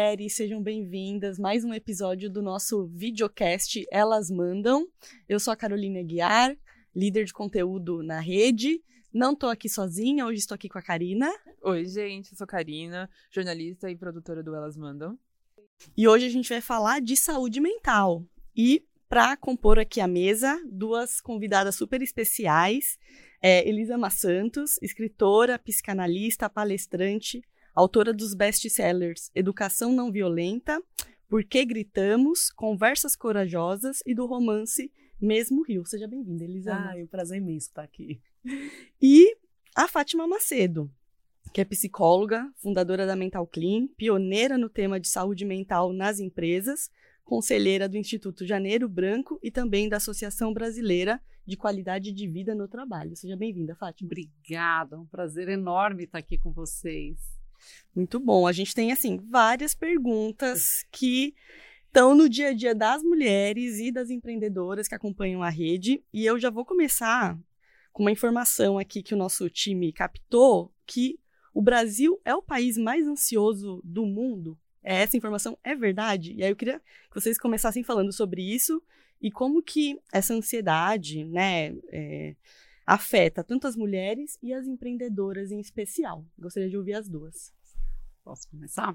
mulheres, sejam bem-vindas. Mais um episódio do nosso videocast Elas Mandam. Eu sou a Carolina Aguiar, líder de conteúdo na rede. Não estou aqui sozinha, hoje estou aqui com a Karina. Oi, gente, eu sou Karina, jornalista e produtora do Elas Mandam. E hoje a gente vai falar de saúde mental. E para compor aqui a mesa, duas convidadas super especiais. Elisama Santos, escritora, psicanalista, palestrante, autora dos best-sellers Educação Não Violenta, Por que Gritamos, Conversas Corajosas e do romance Mesmo Rio. Seja bem-vinda, Elisama. É um prazer imenso estar aqui. E a Fátima Macedo, que é psicóloga, fundadora da Mental Clean, pioneira no tema de saúde mental nas empresas, conselheira do Instituto Janeiro Branco e também da Associação Brasileira de Qualidade de Vida no Trabalho. Seja bem-vinda, Fátima. Obrigada, é um prazer enorme estar aqui com vocês. Muito bom. A gente tem, assim, várias perguntas que estão no dia a dia das mulheres e das empreendedoras que acompanham a rede. E eu já vou começar com uma informação aqui que o nosso time captou, que o Brasil é o país mais ansioso do mundo. Essa informação é verdade? E aí eu queria que vocês começassem falando sobre isso e como que essa ansiedade, né, afeta tanto as mulheres e as empreendedoras em especial. Gostaria de ouvir as duas. Posso começar?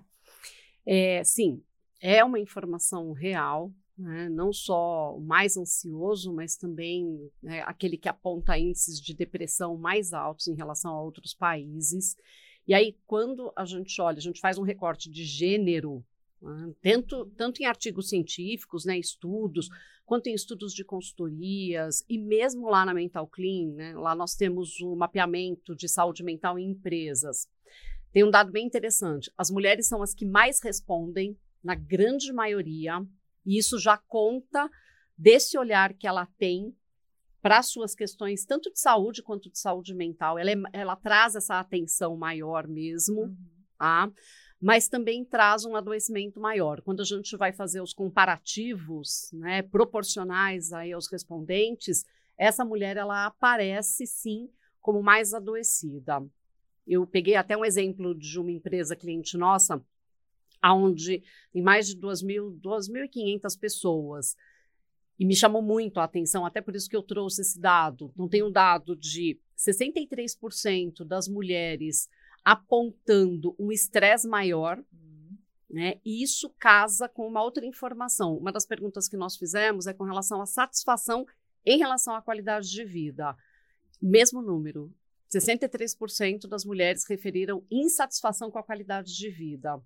Sim, é uma informação real, né? Não só o mais ansioso, mas também aquele que aponta índices de depressão mais altos em relação a outros países. E aí, quando a gente olha, a gente faz um recorte de gênero, né? tanto em artigos científicos, né, estudos, quanto em estudos de consultorias, e mesmo lá na Mental Clean, né, lá nós temos o mapeamento de saúde mental em empresas. Tem um dado bem interessante, as mulheres são as que mais respondem, na grande maioria, e isso já conta desse olhar que ela tem para as suas questões, tanto de saúde quanto de saúde mental. Ela traz essa atenção maior mesmo, tá? Mas também traz um adoecimento maior. Quando a gente vai fazer os comparativos, né, proporcionais aí aos respondentes, essa mulher ela aparece, sim, como mais adoecida. Eu peguei até um exemplo de uma empresa cliente nossa, onde tem mais de 2.500 pessoas. E me chamou muito a atenção, até por isso que eu trouxe esse dado. Não tem um dado de 63% das mulheres apontando um estresse maior, né? E isso casa com uma outra informação. Uma das perguntas que nós fizemos é com relação à satisfação em relação à qualidade de vida. Mesmo número, 63% das mulheres referiram insatisfação com a qualidade de vida.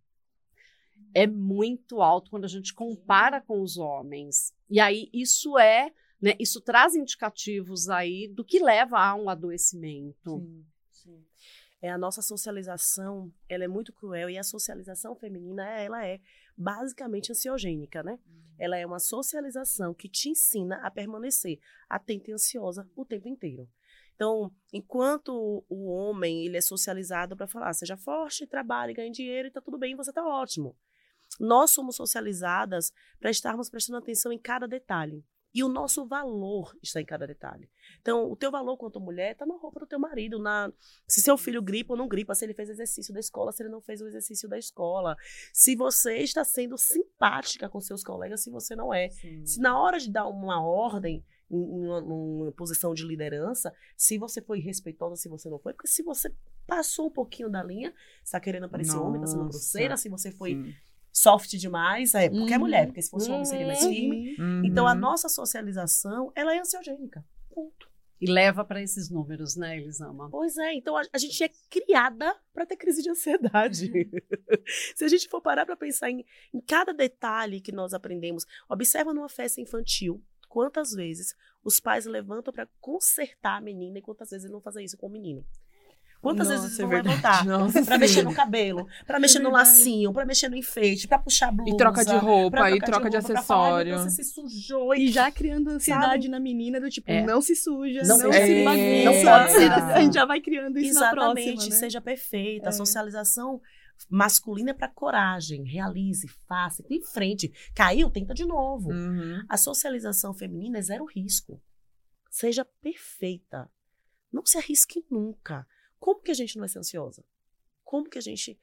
É muito alto quando a gente compara com os homens. E aí isso isso traz indicativos aí do que leva a um adoecimento. Sim. A nossa socialização, ela é muito cruel, e a socialização feminina, ela é basicamente ansiogênica, né? Ela é uma socialização que te ensina a permanecer atenta e ansiosa o tempo inteiro. Então, enquanto o homem, ele é socializado para falar, seja forte, trabalhe, ganhe dinheiro e tá tudo bem, você tá ótimo. Nós somos socializadas para estarmos prestando atenção em cada detalhe. E o nosso valor está em cada detalhe. Então, o teu valor quanto mulher está na roupa do teu marido, se seu filho gripa ou não gripa, se ele fez exercício da escola, se ele não fez o exercício da escola, se você está sendo simpática com seus colegas, se você não é. Sim. Se na hora de dar uma ordem, em uma posição de liderança, se você foi respeitosa, se você não foi, porque se você passou um pouquinho da linha, você está querendo parecer homem, está sendo grosseira, se você foi soft demais, porque é mulher, porque se fosse homem seria mais firme. Então a nossa socialização, ela é ansiogênica, ponto. E leva para esses números, né, Elisama? Pois é, então a gente é criada para ter crise de ansiedade. Se a gente for parar para pensar em cada detalhe que nós aprendemos, observa numa festa infantil, quantas vezes os pais levantam para consertar a menina e quantas vezes eles não fazem isso com o menino. Quantas vezes eles vão levantar para mexer no cabelo, para mexer no lacinho, para mexer no enfeite, para puxar a blusa. E troca de roupa, e troca de acessório. Falar, você se sujou. E já criando ansiedade na menina do tipo, não se suja, não se bagunça. Não pode ser assim. A gente já vai criando isso na próxima, Exatamente, né? seja perfeita. A socialização masculina é para coragem, realize, faça, em frente. Caiu, tenta de novo. A socialização feminina é zero risco. Seja perfeita. Não se arrisque nunca. Como que a gente não vai ser ansiosa? Como que a gente...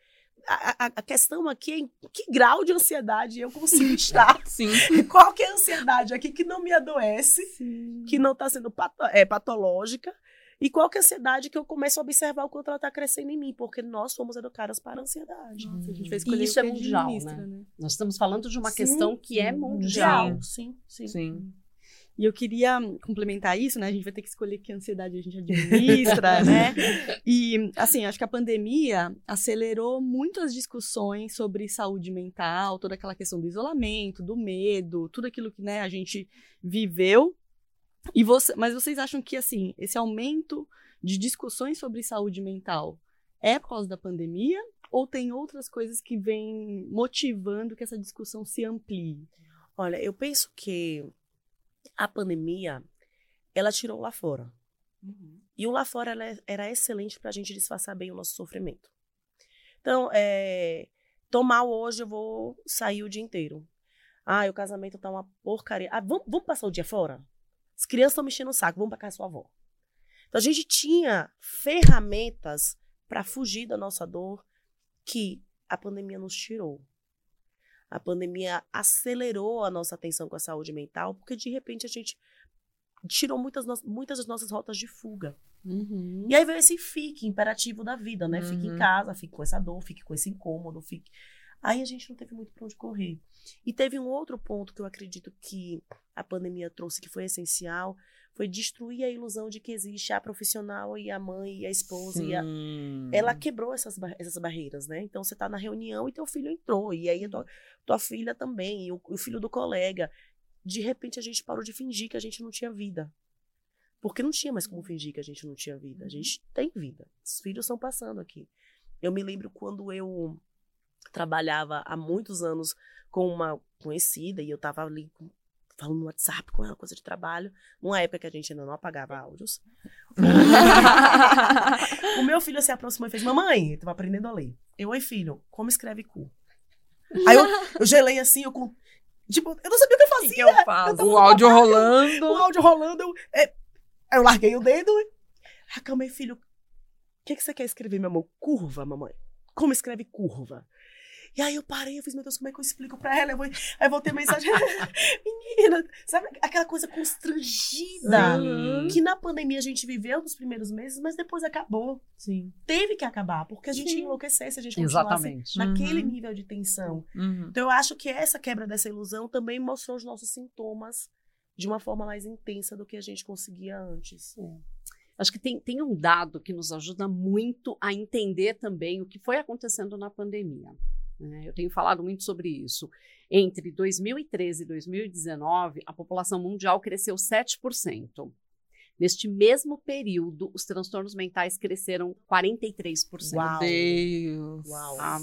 a questão aqui é em que grau de ansiedade eu consigo estar. Sim. Qual que é a ansiedade aqui que não me adoece, Sim. que não está sendo patológica, e qual que é a ansiedade que eu começo a observar o quanto ela está crescendo em mim, porque nós fomos educadas para a ansiedade. Nossa, a gente vai escolher E isso o que é mundial, administra, né? Nós estamos falando de uma questão que é mundial. Mundial. Sim. Sim. E eu queria complementar isso, né? A gente vai ter que escolher que ansiedade a gente administra, né? E, assim, acho que a pandemia acelerou muito as discussões sobre saúde mental, toda aquela questão do isolamento, do medo, tudo aquilo que, né, a gente viveu. Mas vocês acham que, assim, esse aumento de discussões sobre saúde mental é por causa da pandemia? Ou tem outras coisas que vêm motivando que essa discussão se amplie? Olha, eu penso que a pandemia, ela tirou o lá fora. E o lá fora era excelente para a gente disfarçar bem o nosso sofrimento. Então, tomar hoje, eu vou sair o dia inteiro. O casamento tá uma porcaria. Vamos passar o dia fora? As crianças estão mexendo no saco, vamos para casa da sua avó. Então, a gente tinha ferramentas para fugir da nossa dor que a pandemia nos tirou. A pandemia acelerou a nossa atenção com a saúde mental, porque, de repente, a gente tirou muitas das nossas rotas de fuga. Uhum. E aí veio esse fique imperativo da vida, né? Fique em casa, fique com essa dor, fique com esse incômodo, fique... Aí a gente não teve muito para onde correr. E teve um outro ponto que eu acredito que a pandemia trouxe, que foi essencial, foi destruir a ilusão de que existe a profissional e a mãe e a esposa. Ela quebrou essas barreiras, né? Então, você tá na reunião e teu filho entrou, e aí tua filha também, e o filho do colega. De repente, a gente parou de fingir que a gente não tinha vida. Porque não tinha mais como fingir que a gente não tinha vida. A gente tem vida. Os filhos estão passando aqui. Eu me lembro quando eu trabalhava há muitos anos com uma conhecida, e eu tava ali falando no WhatsApp com ela, coisa de trabalho, numa época que a gente ainda não apagava áudios. O meu filho se aproximou e fez: mamãe, eu tava aprendendo a ler. Oi, filho, como escreve cu? Aí eu gelei assim, eu não sabia o que eu fazia. O que eu faço? O áudio rolando. Aí eu larguei o dedo. Acalmei, filho. O que você quer escrever, meu amor? Curva, mamãe. Como escreve curva? E aí eu parei, eu fiz: meu Deus, como é que eu explico pra ela? Aí voltei a mensagem: menina, sabe aquela coisa constrangida que na pandemia a gente viveu nos primeiros meses, mas depois acabou. Sim. Teve que acabar, porque a gente ia enlouquecer se a gente continuasse naquele nível de tensão. Então eu acho que essa quebra dessa ilusão também mostrou os nossos sintomas de uma forma mais intensa do que a gente conseguia antes. Acho que tem um dado que nos ajuda muito a entender também o que foi acontecendo na pandemia. Eu tenho falado muito sobre isso. Entre 2013 e 2019, a população mundial cresceu 7%. Neste mesmo período, os transtornos mentais cresceram 43%. Uau! Deus! Uau! Tá?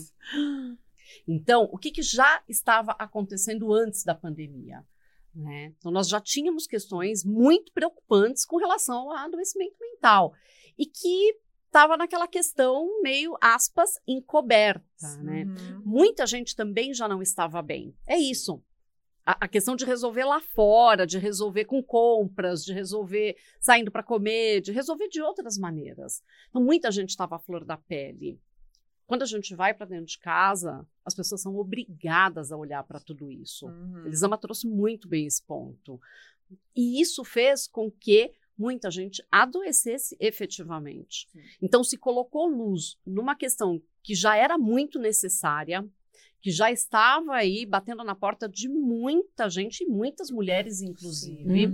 Então, o que já estava acontecendo antes da pandemia? Então, nós já tínhamos questões muito preocupantes com relação ao adoecimento mental e que estava naquela questão meio, aspas, encoberta, né? Muita gente também já não estava bem. É isso. A questão de resolver lá fora, de resolver com compras, de resolver saindo para comer, de resolver de outras maneiras. Então, muita gente estava à flor da pele. Quando a gente vai para dentro de casa, as pessoas são obrigadas a olhar para tudo isso. Elisama trouxe muito bem esse ponto. E isso fez com que muita gente adoecesse efetivamente. Então, se colocou luz numa questão que já era muito necessária, que já estava aí batendo na porta de muita gente, e muitas mulheres, inclusive,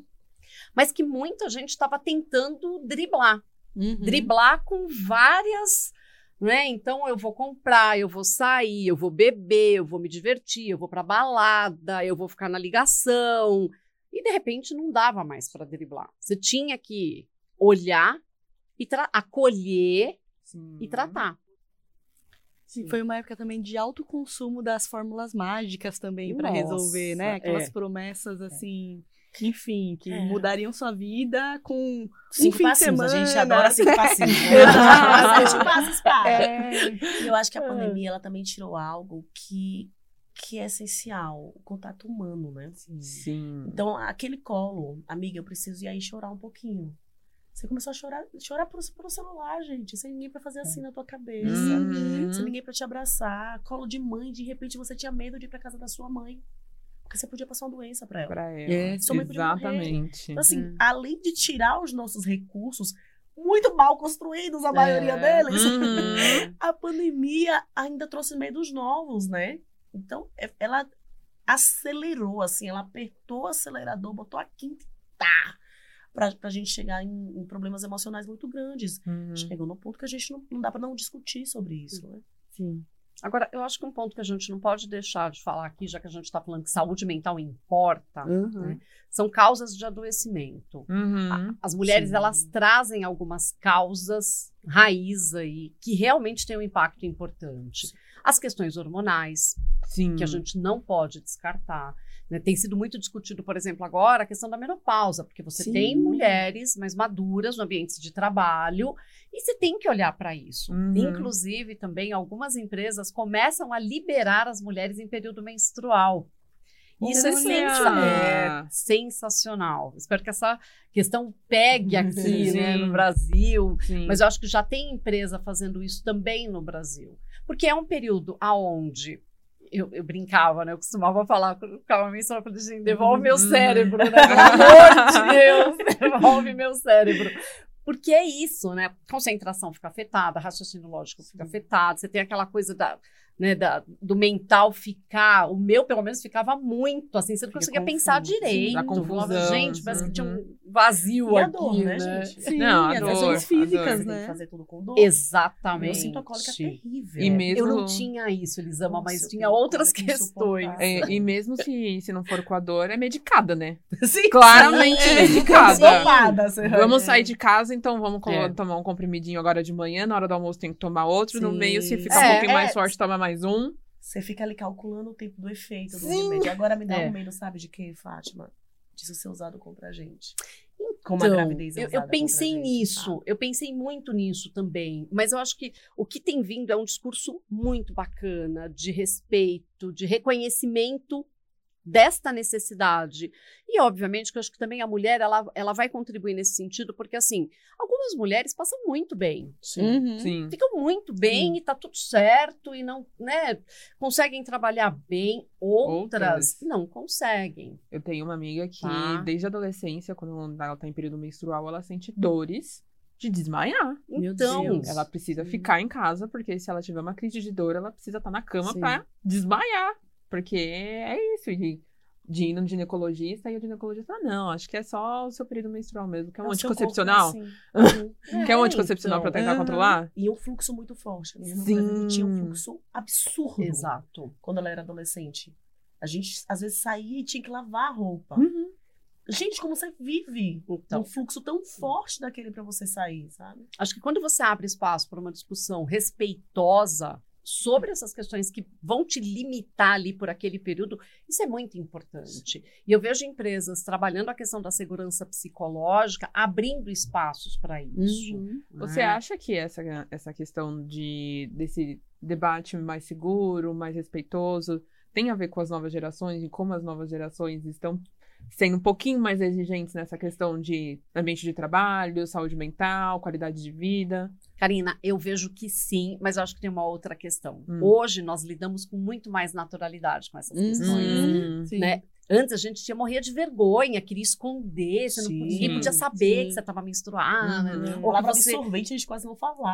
mas que muita gente estava tentando driblar. Driblar com várias... Então, eu vou comprar, eu vou sair, eu vou beber, eu vou me divertir, eu vou para balada, eu vou ficar na ligação... E, de repente, não dava mais para driblar. Você tinha que olhar, e acolher e tratar. Sim, foi uma época também de alto consumo das fórmulas mágicas também para resolver, né? Aquelas promessas, assim, enfim, que mudariam sua vida com 5 fim de passinhos. semana. A gente adora 5 passinhos. 7 passos para. Eu acho que a pandemia ela também tirou algo que é essencial, o contato humano, né? Sim. Então, aquele colo, amiga, eu preciso ir aí chorar um pouquinho. Você começou a chorar pelo celular, gente, sem ninguém pra fazer assim na tua cabeça, sem ninguém pra te abraçar, colo de mãe, de repente você tinha medo de ir pra casa da sua mãe, porque você podia passar uma doença pra ela. Pra ela. Sua mãe podia morrer. Exatamente. Então, assim, além de tirar os nossos recursos, muito mal construídos, a maioria deles, a pandemia ainda trouxe medos novos, né? Então, ela acelerou, assim, ela apertou o acelerador, botou a quinta, pra gente chegar em problemas emocionais muito grandes. Chegou no ponto que a gente não dá pra não discutir sobre isso, né? Sim. Agora, eu acho que um ponto que a gente não pode deixar de falar aqui, já que a gente está falando que saúde mental importa, né, são causas de adoecimento. As mulheres, elas trazem algumas causas raiz aí, que realmente têm um impacto importante. As questões hormonais, que a gente não pode descartar. Né? Tem sido muito discutido, por exemplo, agora a questão da menopausa, porque você tem mulheres mais maduras no ambiente de trabalho e você tem que olhar para isso. Inclusive, também, algumas empresas começam a liberar as mulheres em período menstrual. Isso é sensacional. Espero que essa questão pegue aqui, né, no Brasil. Mas eu acho que já tem empresa fazendo isso também no Brasil. Porque é um período onde... Eu brincava, né? Eu costumava falar, ficava mencionando, eu falei, gente, devolve meu cérebro, né? Pelo amor de Deus, devolve meu cérebro. Porque é isso, né? Concentração fica afetada, raciocínio lógico fica afetado, você tem aquela coisa do mental ficar, o meu pelo menos ficava muito, assim, você não conseguia pensar direito. A confusão. Gente, parece que tinha um vazio aqui, dor, né, gente? Sim, não, as ações físicas, Você tem né? que fazer tudo com dor. Exatamente. Eu sinto a cólica terrível. E mesmo... Eu não tinha isso, Elisama, Nossa, mas eu tinha tenho outras cólica questões. E mesmo se não for com a dor, é medicada, né? Sim, Claramente medicada. Isolada, Vamos sair de casa, então vamos tomar um comprimidinho agora de manhã, na hora do almoço tem que tomar outro, no meio, se ficar um pouquinho mais forte, toma mais um. Você fica ali calculando o tempo do efeito do remédio. Agora me dá um medo, sabe de quê, Fátima? Disso ser usado contra a gente. Como a gravidez é usada eu pensei contra a gente, nisso, tá? eu pensei muito nisso também, mas eu acho que o que tem vindo é um discurso muito bacana de respeito, de reconhecimento desta necessidade. E, obviamente, que eu acho que também a mulher, ela vai contribuir nesse sentido, porque, assim, algumas mulheres passam muito bem. Sim. Ficam muito bem e tá tudo certo e não, né, conseguem trabalhar bem. Outras não conseguem. Eu tenho uma amiga que, desde a adolescência, quando ela tá em período menstrual, ela sente dores de desmaiar. Então, ela precisa ficar em casa, porque se ela tiver uma crise de dor, ela precisa estar na cama pra desmaiar. Porque é isso, de ir no ginecologista, e o ginecologista não, acho que é só o seu período menstrual mesmo, que é um anticoncepcional. Quer um anticoncepcional pra tentar controlar? E um fluxo muito forte. A minha irmã, Sim. por exemplo, tinha um fluxo absurdo. Exato. Quando ela era adolescente. A gente, às vezes, saía e tinha que lavar a roupa. Gente, como você vive um fluxo tão forte daquele pra você sair, sabe? Acho que quando você abre espaço para uma discussão respeitosa sobre essas questões que vão te limitar ali por aquele período, isso é muito importante. E eu vejo empresas trabalhando a questão da segurança psicológica, abrindo espaços para isso. Você acha que essa questão desse debate mais seguro, mais respeitoso, tem a ver com as novas gerações e como as novas gerações estão sendo um pouquinho mais exigentes nessa questão de ambiente de trabalho, saúde mental, qualidade de vida? Karina, eu vejo que sim, mas eu acho que tem uma outra questão. Hoje nós lidamos com muito mais naturalidade com essas questões, né? Antes a gente morria de vergonha, queria esconder, você não podia saber que você estava menstruada. Ou palavra absorvente a gente quase não falava.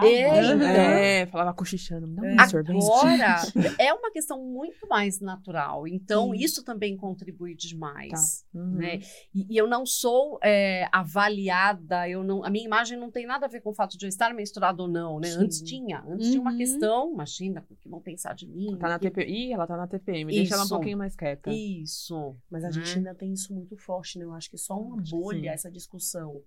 Falava cochichando, me dá um absorvente. Agora, é uma questão muito mais natural. Então, isso também contribui demais. Né? E eu não sou avaliada, a minha imagem não tem nada a ver com o fato de eu estar menstruada ou não. Né? Antes tinha uma questão, imagina, o que vão pensar de mim? Tá na TPM. Ela tá na TPM, deixa ela um pouquinho mais quieta. Isso. Mas a gente ainda tem isso muito forte, né? Eu acho que só uma bolha, essa discussão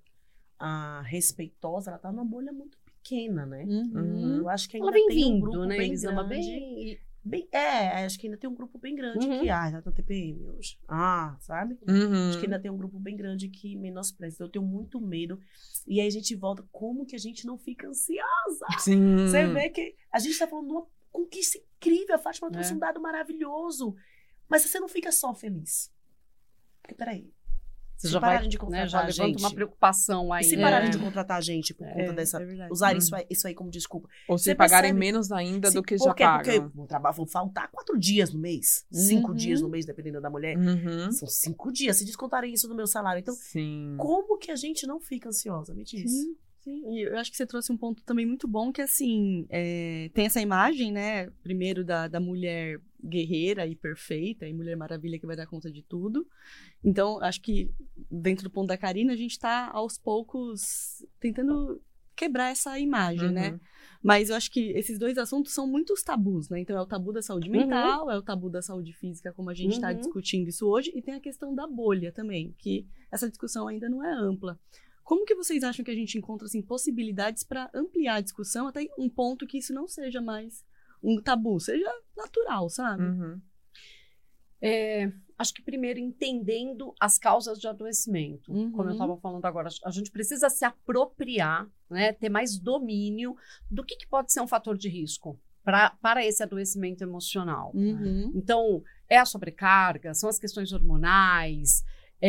respeitosa, ela tá numa bolha muito pequena, né? Eu acho que ainda ela vem tem um vindo, grupo né, bem Elisama? grande. Acho que ainda tem um grupo bem grande que, já tá na TPM hoje. Sabe? Acho que ainda tem um grupo bem grande que menospreza. Então, eu tenho muito medo. E aí a gente volta, como que a gente não fica ansiosa? Sim. Você vê que a gente tá falando de uma conquista incrível. A Fátima trouxe um dado maravilhoso. Mas você não fica só feliz. Porque, peraí, Você Se já pararem vai, de né, contratar já a levanta gente. uma preocupação aí. E se né? pararem de contratar a gente por conta dessa... É verdade. Usar isso aí como desculpa. Ou se Você pagarem percebe- menos ainda do que Por já quê? pagam. Porque vão faltar 4 dias no mês. 5 Uhum. dias no mês, dependendo da mulher. Uhum. São 5 dias. Se descontarem isso do meu salário. Então, Sim. como que a gente não fica ansiosa? Me diz. Sim, sim. E eu acho que você trouxe um ponto também muito bom, que assim, tem essa imagem, né, primeiro da mulher guerreira e perfeita, e Mulher Maravilha que vai dar conta de tudo. Então, acho que dentro do ponto da Karina, a gente tá aos poucos tentando quebrar essa imagem, né? Mas eu acho que esses dois assuntos são muitos tabus, né? Então, é o tabu da saúde mental, é o tabu da saúde física, como a gente está discutindo isso hoje, e tem a questão da bolha também, que essa discussão ainda não é ampla. Como que vocês acham que a gente encontra assim, possibilidades para ampliar a discussão até um ponto que isso não seja mais um tabu, seja natural, sabe? Uhum. Acho que primeiro entendendo as causas de adoecimento. Como eu estava falando agora, a gente precisa se apropriar, né, ter mais domínio do que pode ser um fator de risco para esse adoecimento emocional. Então, é a sobrecarga, são as questões hormonais,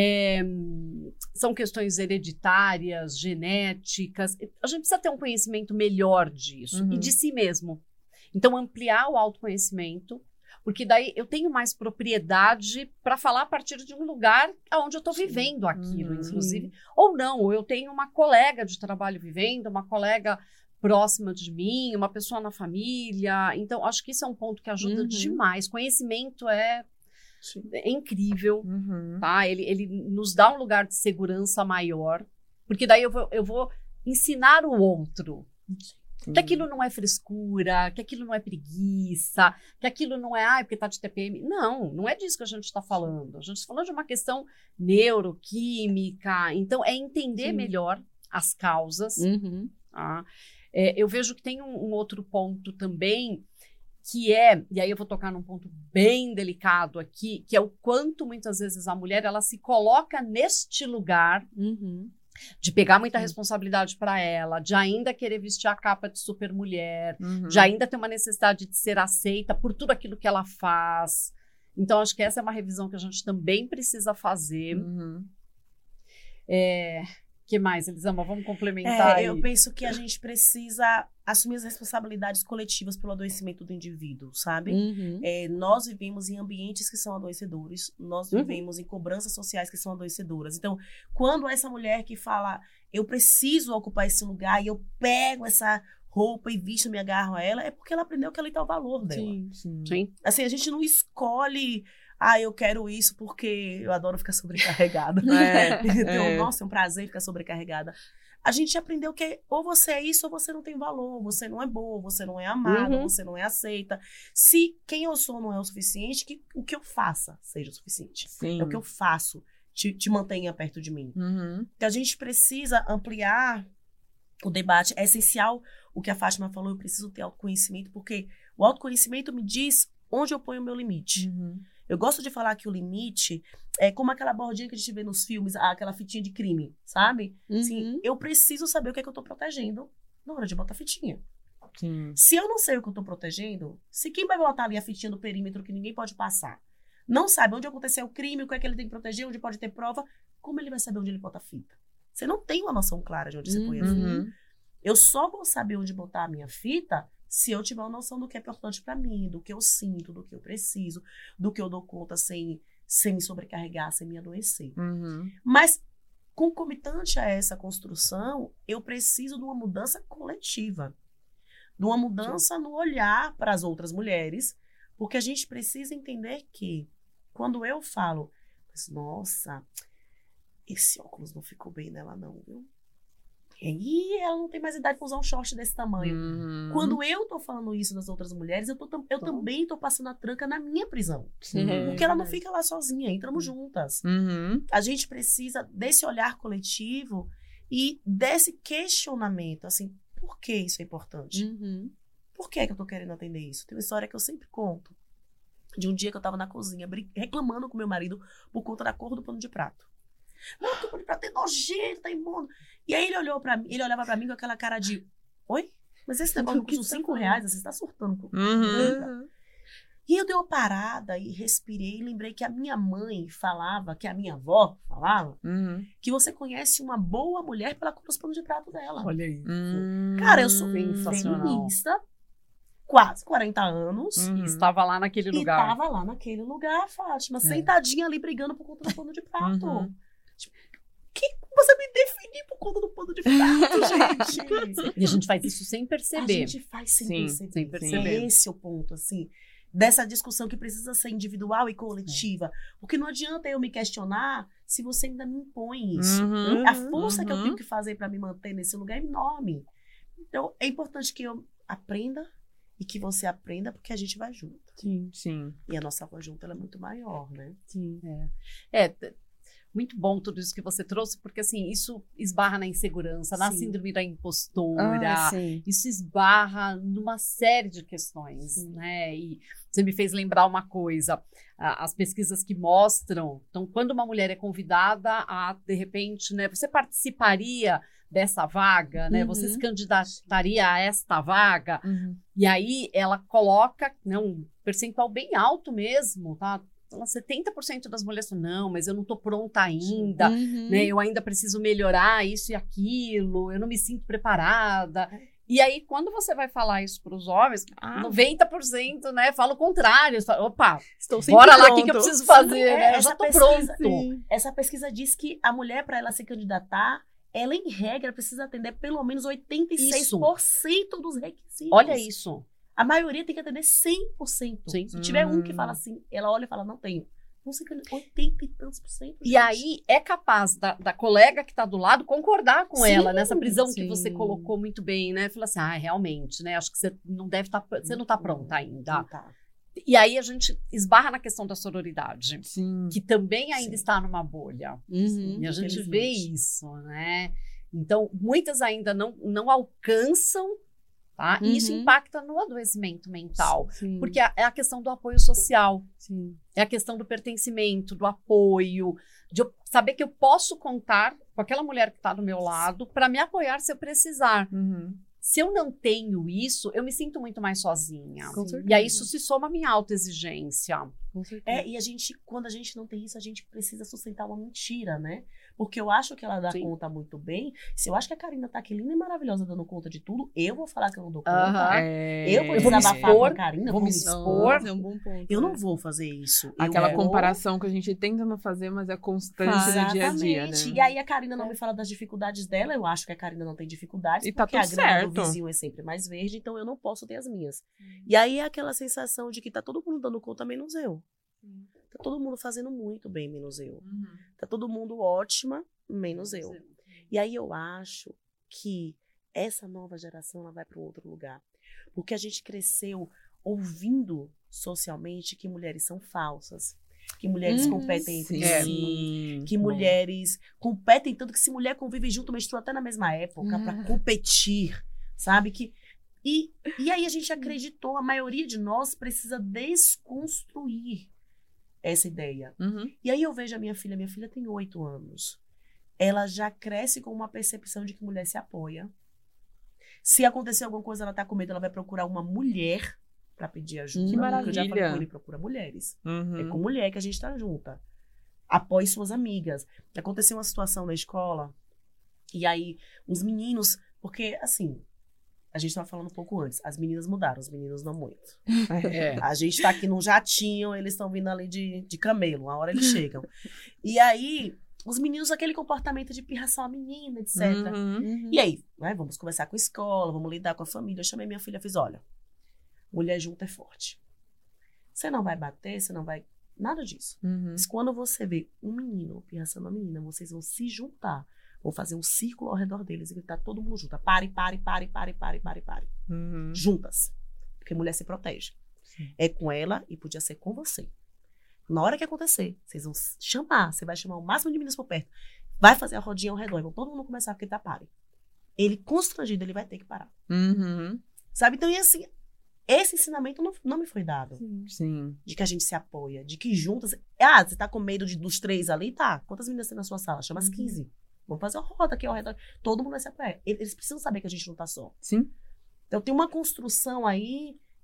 são questões hereditárias, genéticas. A gente precisa ter um conhecimento melhor disso e de si mesmo. Então, ampliar o autoconhecimento, porque daí eu tenho mais propriedade para falar a partir de um lugar onde eu estou vivendo aquilo, inclusive. Ou não, ou eu tenho uma colega de trabalho vivendo, uma colega próxima de mim, uma pessoa na família. Então, acho que isso é um ponto que ajuda demais. Conhecimento é incrível, tá? Ele nos dá um lugar de segurança maior, porque daí eu vou ensinar o outro que aquilo não é frescura, que aquilo não é preguiça, que aquilo não é, porque tá de TPM. Não é disso que a gente está falando. A gente está falando de uma questão neuroquímica. Então, é entender melhor as causas. Tá? Eu vejo que tem um outro ponto também, que e aí eu vou tocar num ponto bem delicado aqui, que é o quanto muitas vezes a mulher ela se coloca neste lugar de pegar muita responsabilidade para ela, de ainda querer vestir a capa de supermulher, de ainda ter uma necessidade de ser aceita por tudo aquilo que ela faz. Então, acho que essa é uma revisão que a gente também precisa fazer. Que mais, Elisama? Vamos complementar aí. Eu penso que a gente precisa assumir as responsabilidades coletivas pelo adoecimento do indivíduo, sabe? Nós vivemos em ambientes que são adoecedores, nós vivemos em cobranças sociais que são adoecedoras. Então, quando essa mulher que fala, eu preciso ocupar esse lugar, e eu pego essa roupa e visto, me agarro a ela, é porque ela aprendeu que ali está o valor dela. Sim. Assim, a gente não escolhe... eu quero isso porque eu adoro ficar sobrecarregada. Nossa, é um prazer ficar sobrecarregada. A gente aprendeu que ou você é isso ou você não tem valor, você não é boa, você não é amada, você não é aceita. Se quem eu sou não é o suficiente, que o que eu faça seja o suficiente. É o que eu faço, te mantenha perto de mim. Então a gente precisa ampliar o debate. É essencial o que a Fátima falou, eu preciso ter autoconhecimento, porque o autoconhecimento me diz onde eu ponho o meu limite. Eu gosto de falar que o limite é como aquela bordinha que a gente vê nos filmes, aquela fitinha de crime, sabe? Assim, eu preciso saber o que é que eu tô protegendo na hora de botar a fitinha. Se eu não sei o que eu tô protegendo, se quem vai botar ali a fitinha do perímetro que ninguém pode passar, não sabe onde aconteceu o crime, o que é que ele tem que proteger, onde pode ter prova, como ele vai saber onde ele bota a fita? Você não tem uma noção clara de onde você põe a fita. Eu só vou saber onde botar a minha fita se eu tiver uma noção do que é importante para mim, do que eu sinto, do que eu preciso, do que eu dou conta sem me sobrecarregar, sem me adoecer. Mas, concomitante a essa construção, eu preciso de uma mudança coletiva, de uma mudança no olhar para as outras mulheres, porque a gente precisa entender que, quando eu falo, nossa, esse óculos não ficou bem nela não, viu? E ela não tem mais idade para usar um short desse tamanho. Quando eu tô falando isso das outras mulheres, eu também tô passando a tranca na minha prisão. Porque ela não fica lá sozinha, entramos juntas. A gente precisa desse olhar coletivo e desse questionamento, assim, por que isso é importante? Por que eu tô querendo atender isso? Tem uma história que eu sempre conto, de um dia que eu tava na cozinha, reclamando com meu marido por conta da cor do pano de prato. Não, que o pano de prato é nojento, tá imundo. E aí ele olhava pra mim com aquela cara de, oi? Mas esse negócio custa R$5, você está surtando. E eu dei uma parada e respirei e lembrei que a minha mãe falava, que a minha avó falava, que você conhece uma boa mulher pela cor dos panos de prato dela. Olha aí. Cara, eu sou Sensacional. feminista, quase 40 anos. E estava lá naquele E lugar. tava lá naquele lugar, Fátima, sentadinha ali brigando por conta do pano de prato. Tipo, que você me definir por conta do pano de prato, gente? E a gente faz isso sem A perceber. gente faz sem Sim, perceber. sem perceber. É esse o ponto, assim, dessa discussão que precisa ser individual e coletiva. Porque não adianta eu me questionar se você ainda me impõe isso. A força que eu tenho que fazer para me manter nesse lugar é enorme. Então, é importante que eu aprenda e que você aprenda, porque a gente vai junto. Sim. E a nossa voz junto ela é muito maior, né? Sim. Muito bom tudo isso que você trouxe, porque assim, isso esbarra na insegurança, na Sim. síndrome da impostora, Sim. isso esbarra numa série de questões, né? E você me fez lembrar uma coisa, as pesquisas que mostram, então, quando uma mulher é convidada a, de repente, né, você participaria dessa vaga, né? Você se candidataria a esta vaga, e aí ela coloca, né, um percentual bem alto mesmo, tá? 70% das mulheres falam, não, mas eu não estou pronta ainda, né? Eu ainda preciso melhorar isso e aquilo, eu não me sinto preparada. E aí, quando você vai falar isso para os homens, 90%, né, fala o contrário. Fala, opa, Estou sempre bora lá, o pronto. que eu preciso fazer, né? Eu essa já estou pesquisa- pronto. Essa pesquisa diz que a mulher, para ela se candidatar, ela, em regra, precisa atender pelo menos 86% dos requisitos. Olha isso. A maioria tem que atender 100%. Sim. Se tiver um que fala assim, ela olha e fala, não tenho. Não sei, 80 e tantos por cento. E aí é capaz da colega que está do lado concordar com Sim, ela nessa prisão que sim. você colocou muito bem, né? Falar assim, realmente, né? Acho que você não deve estar, você não está pronta ainda. Não tá. E aí a gente esbarra na questão da sororidade, Sim. que também ainda Sim. está numa bolha. Uhum. E a gente vê infelizmente. isso, né? Então, muitas ainda não alcançam, tá? E isso Uhum. impacta no adoecimento mental. Sim. Porque é a questão do apoio social, Sim. é a questão do pertencimento, do apoio, de eu saber que eu posso contar com aquela mulher que está do meu lado para me apoiar se eu precisar. Se eu não tenho isso, eu me sinto muito mais sozinha. Com certeza. E aí isso se soma à minha autoexigência. Com certeza. E quando a gente não tem isso, a gente precisa sustentar uma mentira, né? Porque eu acho que ela dá Sim. conta muito bem. Se eu acho que a Karina tá aqui linda e maravilhosa dando conta de tudo, eu vou falar que eu não dou conta. Aham. Eu vou Eu vou me desabafar expor, com a Karina, vou vou me me expor. É um bom ponto. Eu não vou fazer isso. Aquela eu comparação que a gente tenta não fazer, mas é constante no dia a dia, né? Exatamente. E aí a Karina não me fala das dificuldades dela, eu acho que a Karina não tem dificuldades, E tá porque a tudo grama certo. do vizinho é sempre mais verde, então eu não posso ter as minhas. E aí é aquela sensação de que tá todo mundo dando conta, menos eu. Tá todo mundo fazendo muito bem, menos eu. Tá todo mundo ótima, menos eu. E aí eu acho que essa nova geração ela vai para um outro lugar. Porque a gente cresceu ouvindo socialmente que mulheres são falsas, que mulheres competem entre É. si, que mulheres competem tanto que se mulher convive junto, menstrua até na mesma época, para competir, sabe? E aí a gente acreditou, a maioria de nós precisa desconstruir essa ideia. E aí eu vejo a minha filha tem 8 anos. Ela já cresce com uma percepção de que mulher se apoia. Se acontecer alguma coisa, ela tá com medo, ela vai procurar uma mulher para pedir ajuda. Que Porque eu já falei maravilha. com ele, procura mulheres. Uhum. É com mulher que a gente tá junta. Apoie suas amigas. Aconteceu uma situação na escola, e aí os meninos, porque assim, a gente tava falando um pouco antes, as meninas mudaram, os meninos não muito. A gente tá aqui num jatinho, eles estão vindo ali de camelo, uma hora eles chegam. E aí, os meninos, aquele comportamento de pirração a menina, etc. Uhum. E aí, né, vamos conversar com a escola, vamos lidar com a família. Eu chamei minha filha e fiz, olha, mulher junta é forte. Você não vai bater, você não vai... Nada disso. Uhum. Mas quando você vê um menino pirraçando a menina, vocês vão se juntar. Vão fazer um círculo ao redor deles e gritar todo mundo junto. Pare. Uhum. Juntas. Porque mulher se protege. É com ela e podia ser com você. Na hora que acontecer, vocês vão chamar. Você vai chamar o máximo de meninas por perto. Vai fazer a rodinha ao redor. E vão todo mundo começar a gritar pare. Ele, constrangido, ele vai ter que parar. Uhum. Sabe? Então, e assim, esse ensinamento não me foi dado. Sim. De que a gente se apoia. De que juntas... Ah, você tá com medo dos 3 ali? Tá. Quantas meninas tem na sua sala? Chama as 15. Vamos fazer uma roda aqui ao redor. Todo mundo vai se apoiar. Eles precisam saber que a gente não tá só. Sim. Então, tem uma construção aí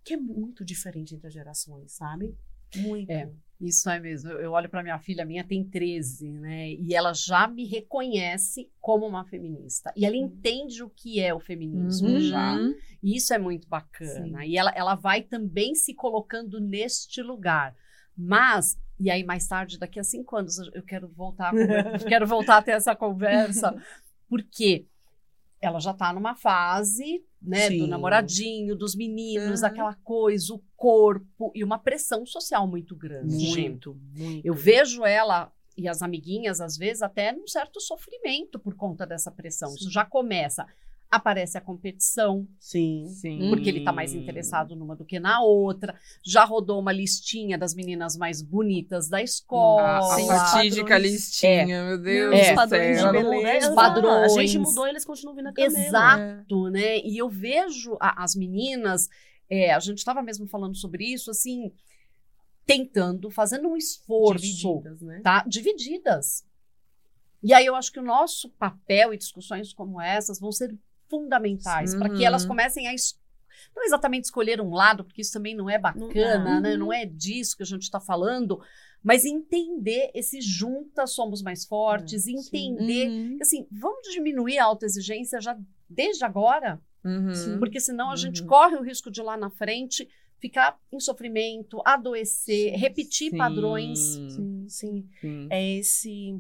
que é muito diferente entre as gerações, sabe? Muito. Isso é mesmo. Eu olho para minha filha, a minha tem 13, né? E ela já me reconhece como uma feminista. E ela entende o que é o feminismo já. E isso é muito bacana. Sim. E ela vai também se colocando neste lugar. Mas, e aí mais tarde, daqui a 5 anos, eu quero voltar a ter essa conversa, porque ela já está numa fase, né, do namoradinho, dos meninos, aquela coisa, o corpo, e uma pressão social muito grande. Muito. Eu vejo ela e as amiguinhas, às vezes, até num certo sofrimento por conta dessa pressão. Isso já começa. Aparece a competição, Sim. porque ele está mais interessado numa do que na outra. Já rodou uma listinha das meninas mais bonitas da escola. A fatídica listinha, meu Deus Os do padrões céu. de beleza. Os padrões. A gente mudou e eles continuam vindo a camelo. Exato, né? E eu vejo as meninas, a gente estava mesmo falando sobre isso, assim, tentando, fazendo um esforço. Divididas, né? Tá? Divididas. E aí eu acho que o nosso papel e discussões como essas vão ser fundamentais para que elas comecem a não exatamente escolher um lado, porque isso também não é bacana, né? Não é disso que a gente está falando, mas entender esse juntas somos mais fortes, entender, assim, vamos diminuir a autoexigência já desde agora, porque senão a gente corre o risco de lá na frente ficar em sofrimento, adoecer, repetir padrões. Sim. É esse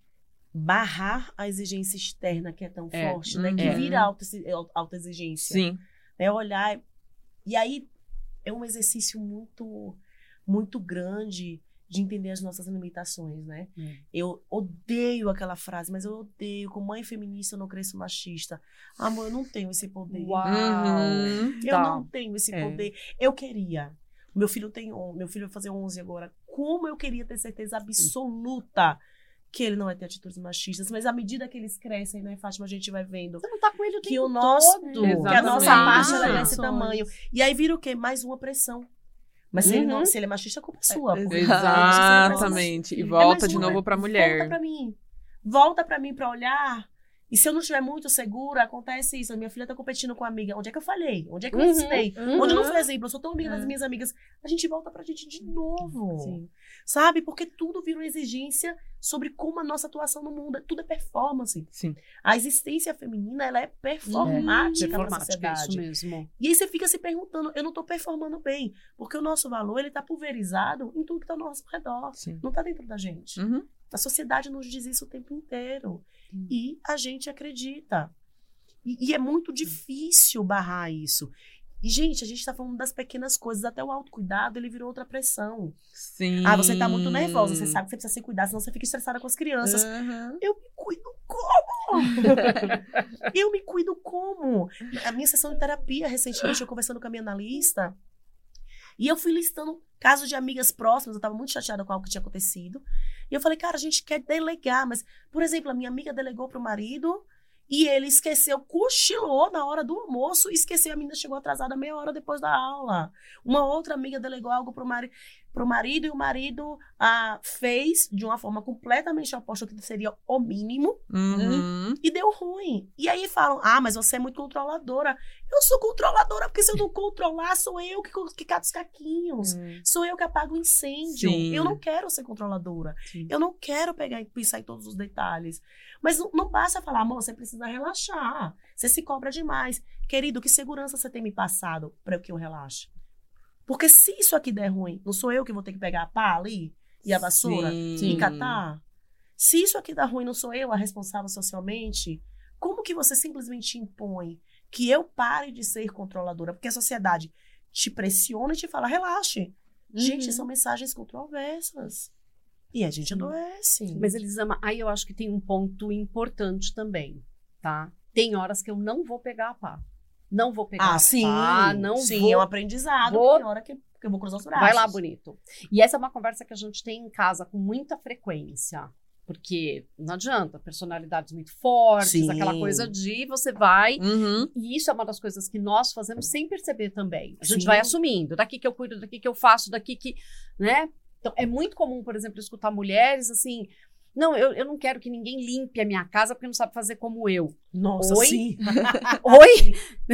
barrar a exigência externa que é tão forte, né? Que vira autoexigência. Sim. É olhar. E aí é um exercício muito, muito grande de entender as nossas limitações, né? Eu odeio aquela frase, mas eu odeio. Como mãe feminista, eu não cresço machista. Amor, eu não tenho esse poder. Eu não tenho esse poder. Eu queria. Meu filho vai fazer 11 agora. Como eu queria ter certeza absoluta que ele não vai ter atitudes machistas, mas à medida que eles crescem, né, Fátima, a gente vai vendo Você não tá com ele o que tempo o nosso, todo. que a nossa parte ela é Exatamente. desse tamanho. E aí vira o quê? Mais uma pressão. Mas se ele é machista, a culpa é sua. porque Exatamente. E volta de novo pra mulher. Volta pra mim pra olhar. E se eu não estiver muito segura, acontece isso. A minha filha tá competindo com a amiga. Onde é que eu falei? Onde é que eu ensinei? Onde eu não fui exemplo? Eu sou tão amiga das minhas amigas. A gente volta pra gente de novo. Sim. Sabe? Porque tudo vira uma exigência sobre como a nossa atuação no mundo. Tudo é performance. Sim. A existência feminina, ela é performática na sociedade. Isso mesmo. E aí você fica se perguntando, eu não tô performando bem. Porque o nosso valor, ele tá pulverizado em tudo que tá ao nosso redor. Sim. Não tá dentro da gente. A sociedade nos diz isso o tempo inteiro. E a gente acredita. E é muito difícil barrar isso. E, gente, a gente tá falando das pequenas coisas. Até o autocuidado, ele virou outra pressão. Sim. Você tá muito nervosa. Você sabe que você precisa se cuidar, senão você fica estressada com as crianças. Eu me cuido como? Eu me cuido como? A minha sessão de terapia, recentemente, eu conversando com a minha analista, e eu fui listando casos de amigas próximas. Eu tava muito chateada com algo que tinha acontecido. E eu falei, cara, a gente quer delegar, mas, por exemplo, a minha amiga delegou pro marido e ele esqueceu, cochilou na hora do almoço e esqueceu. A menina chegou atrasada meia hora depois da aula. Uma outra amiga delegou algo pro marido e o marido fez de uma forma completamente oposta ao que seria o mínimo e deu ruim. E aí falam, mas você é muito controladora. Eu sou controladora porque se eu não controlar, sou eu que cato os caquinhos. Sou eu que apago o incêndio. Sim. Eu não quero ser controladora. Eu não quero pegar e pensar em todos os detalhes. Mas não basta falar, amor, você precisa relaxar. Você se cobra demais. Querido, que segurança você tem me passado para que eu relaxe? Porque se isso aqui der ruim, não sou eu que vou ter que pegar a pá ali e a vassoura e catar? Se isso aqui dá ruim, não sou eu a responsável socialmente? Como que você simplesmente impõe que eu pare de ser controladora? Porque a sociedade te pressiona e te fala, relaxe. Gente, são mensagens controversas. E a gente adoece. Mas, Elisama, aí eu acho que tem um ponto importante também, tá? Tem horas que eu não vou pegar a pá. Não vou pegar a pá, não vou. É um aprendizado. Tem hora que eu vou cruzar os braços. Vai lá, bonito. E essa é uma conversa que a gente tem em casa com muita frequência. Porque não adianta, personalidades muito fortes, aquela coisa de você vai... E isso é uma das coisas que nós fazemos sem perceber também. A gente vai assumindo. Daqui que eu cuido, daqui que eu faço, daqui que... né? Então, é muito comum, por exemplo, escutar mulheres assim... Não, eu não quero que ninguém limpe a minha casa porque não sabe fazer como eu. Nossa, Oi? sim. Oi?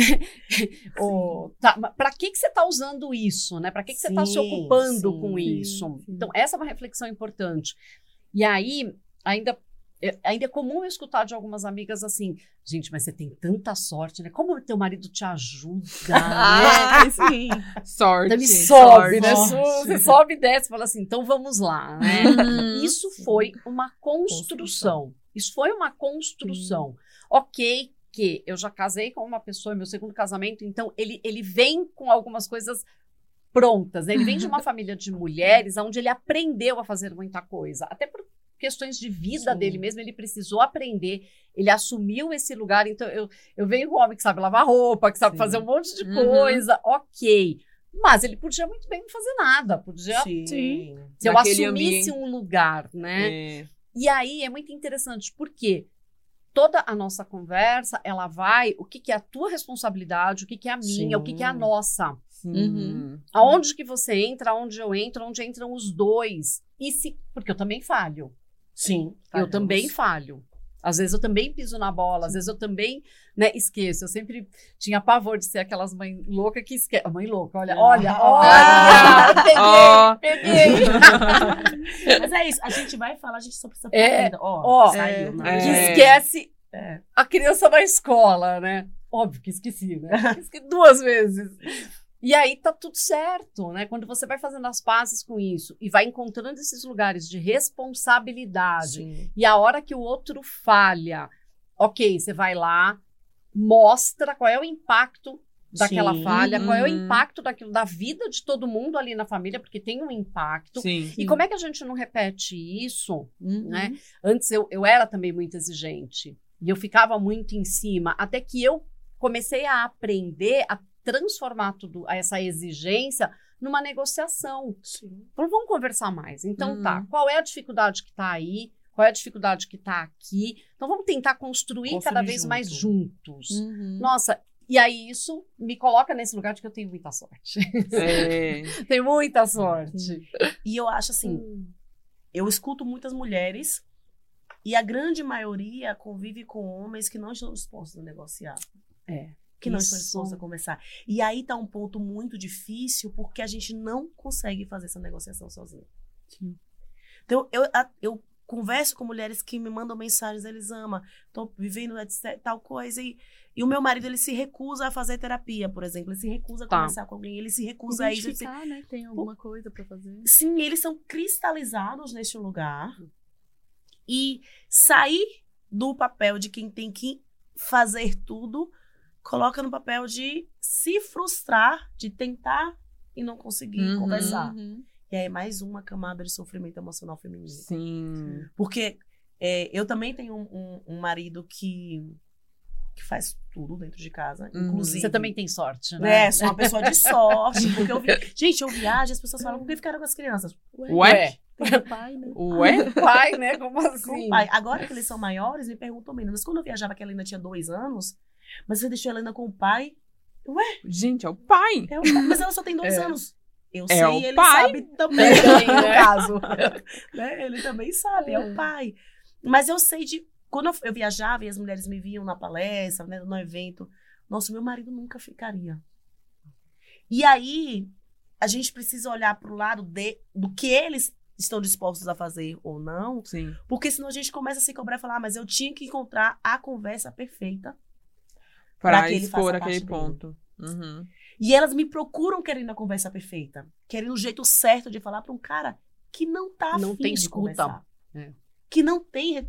Para que você está usando isso, né? Para que você está se ocupando com isso? Sim. Então, essa é uma reflexão importante. E aí, ainda é comum eu escutar de algumas amigas assim, gente, mas você tem tanta sorte, né? Como o teu marido te ajuda, né? Sim. Sorte. Então, me sobe, sorte. né? Você sobe e desce e fala assim, então vamos lá, né? Uhum. Isso foi uma construção. Isso foi uma construção. Ok, que eu já casei com uma pessoa, meu segundo casamento, então ele vem com algumas coisas prontas, né? Ele vem de uma família de mulheres onde ele aprendeu a fazer muita coisa. Até por questões de vida Sim. dele mesmo, ele precisou aprender, ele assumiu esse lugar. Então, eu venho com um homem que sabe lavar roupa, que sabe Sim. fazer um monte de Uhum. coisa, ok. Mas ele podia muito bem não fazer nada, podia... Sim. Se eu Naquele assumisse ambiente. um lugar, né? É. E aí é muito interessante, porque toda a nossa conversa, ela vai, o que que é a tua responsabilidade, o que que é a minha, Sim. o que que é a nossa. Sim. Uhum. Aonde que você entra, aonde eu entro, onde entram os dois. Porque eu também falho. Sim. Eu também falho. Às vezes eu também piso na bola, às vezes eu também, né, esqueço. Eu sempre tinha pavor de ser aquelas mães loucas que esquecem. Mãe louca, olha, peguei. Mas é isso, a gente vai falar, a gente só precisa falar É, ainda. ó, Saiu, não. Que esquece É. a criança na escola, né? Óbvio que esqueci, né? Esqueci 2 vezes. E aí tá tudo certo, né? Quando você vai fazendo as pazes com isso e vai encontrando esses lugares de responsabilidade, Sim. e a hora que o outro falha, ok, você vai lá, mostra qual é o impacto daquela Sim. falha, qual é o Uhum. impacto daquilo, da vida de todo mundo ali na família, porque tem um impacto. Sim. E como é que a gente não repete isso, Uhum. né? Antes eu era também muito exigente, e eu ficava muito em cima, até que eu comecei a aprender a transformar essa exigência numa negociação. Sim. Então, vamos conversar mais. Então, Uhum. tá, qual é a dificuldade que está aí? Qual é a dificuldade que está aqui? Então, vamos tentar construir cada vez junto. mais juntos. Uhum. Nossa, e aí isso me coloca nesse lugar de que eu tenho muita sorte. É. Tenho muita sorte. E eu acho assim, eu escuto muitas mulheres e a grande maioria convive com homens que não estão dispostos a negociar. Que não estão Isso. dispostos a conversar. E aí tá um ponto muito difícil porque a gente não consegue fazer essa negociação sozinho. Sim. Então, eu converso com mulheres que me mandam mensagens, eles amam, tô vivendo tal coisa e o meu marido, ele se recusa a fazer terapia, por exemplo, ele se recusa a Tá. conversar com alguém, ele se recusa a isso. Ele se... Identificar, né? Tem alguma coisa pra fazer. Sim, eles são cristalizados neste lugar e sair do papel de quem tem que fazer tudo, coloca no papel de se frustrar, de tentar e não conseguir Uhum. conversar. Uhum. E aí é mais uma camada de sofrimento emocional feminino. Sim. Porque eu também tenho um marido que faz tudo dentro de casa, Uhum. inclusive... Você também tem sorte, né? Sou uma pessoa de sorte, porque gente, eu viajo, as pessoas falam, por que ficaram com as crianças? Ué? Tem o pai, né? Ué? Pai, né? Como Com assim? o pai. Agora que eles são maiores, me perguntam menos. Mas quando eu viajava, que ela ainda tinha 2 anos, mas você deixou ela ainda com o pai? Gente, é o pai. É o pai. Mas ela só tem 2 anos. Eu É sei, o ele pai? sabe também, no caso. Né? Ele também sabe, é o pai. Mas eu sei de... Quando eu viajava e as mulheres me viam na palestra, né, no evento, nossa, meu marido nunca ficaria. E aí, a gente precisa olhar para o lado do que eles estão dispostos a fazer ou não, Sim. porque senão a gente começa a se cobrar e falar, mas eu tinha que encontrar a conversa perfeita. Pra que ele faça expor parte aquele dele. ponto. Uhum. E elas me procuram querendo a conversa perfeita, querendo o jeito certo de falar para um cara que não tá Não afim tem de escuta. conversar. É. Que não tem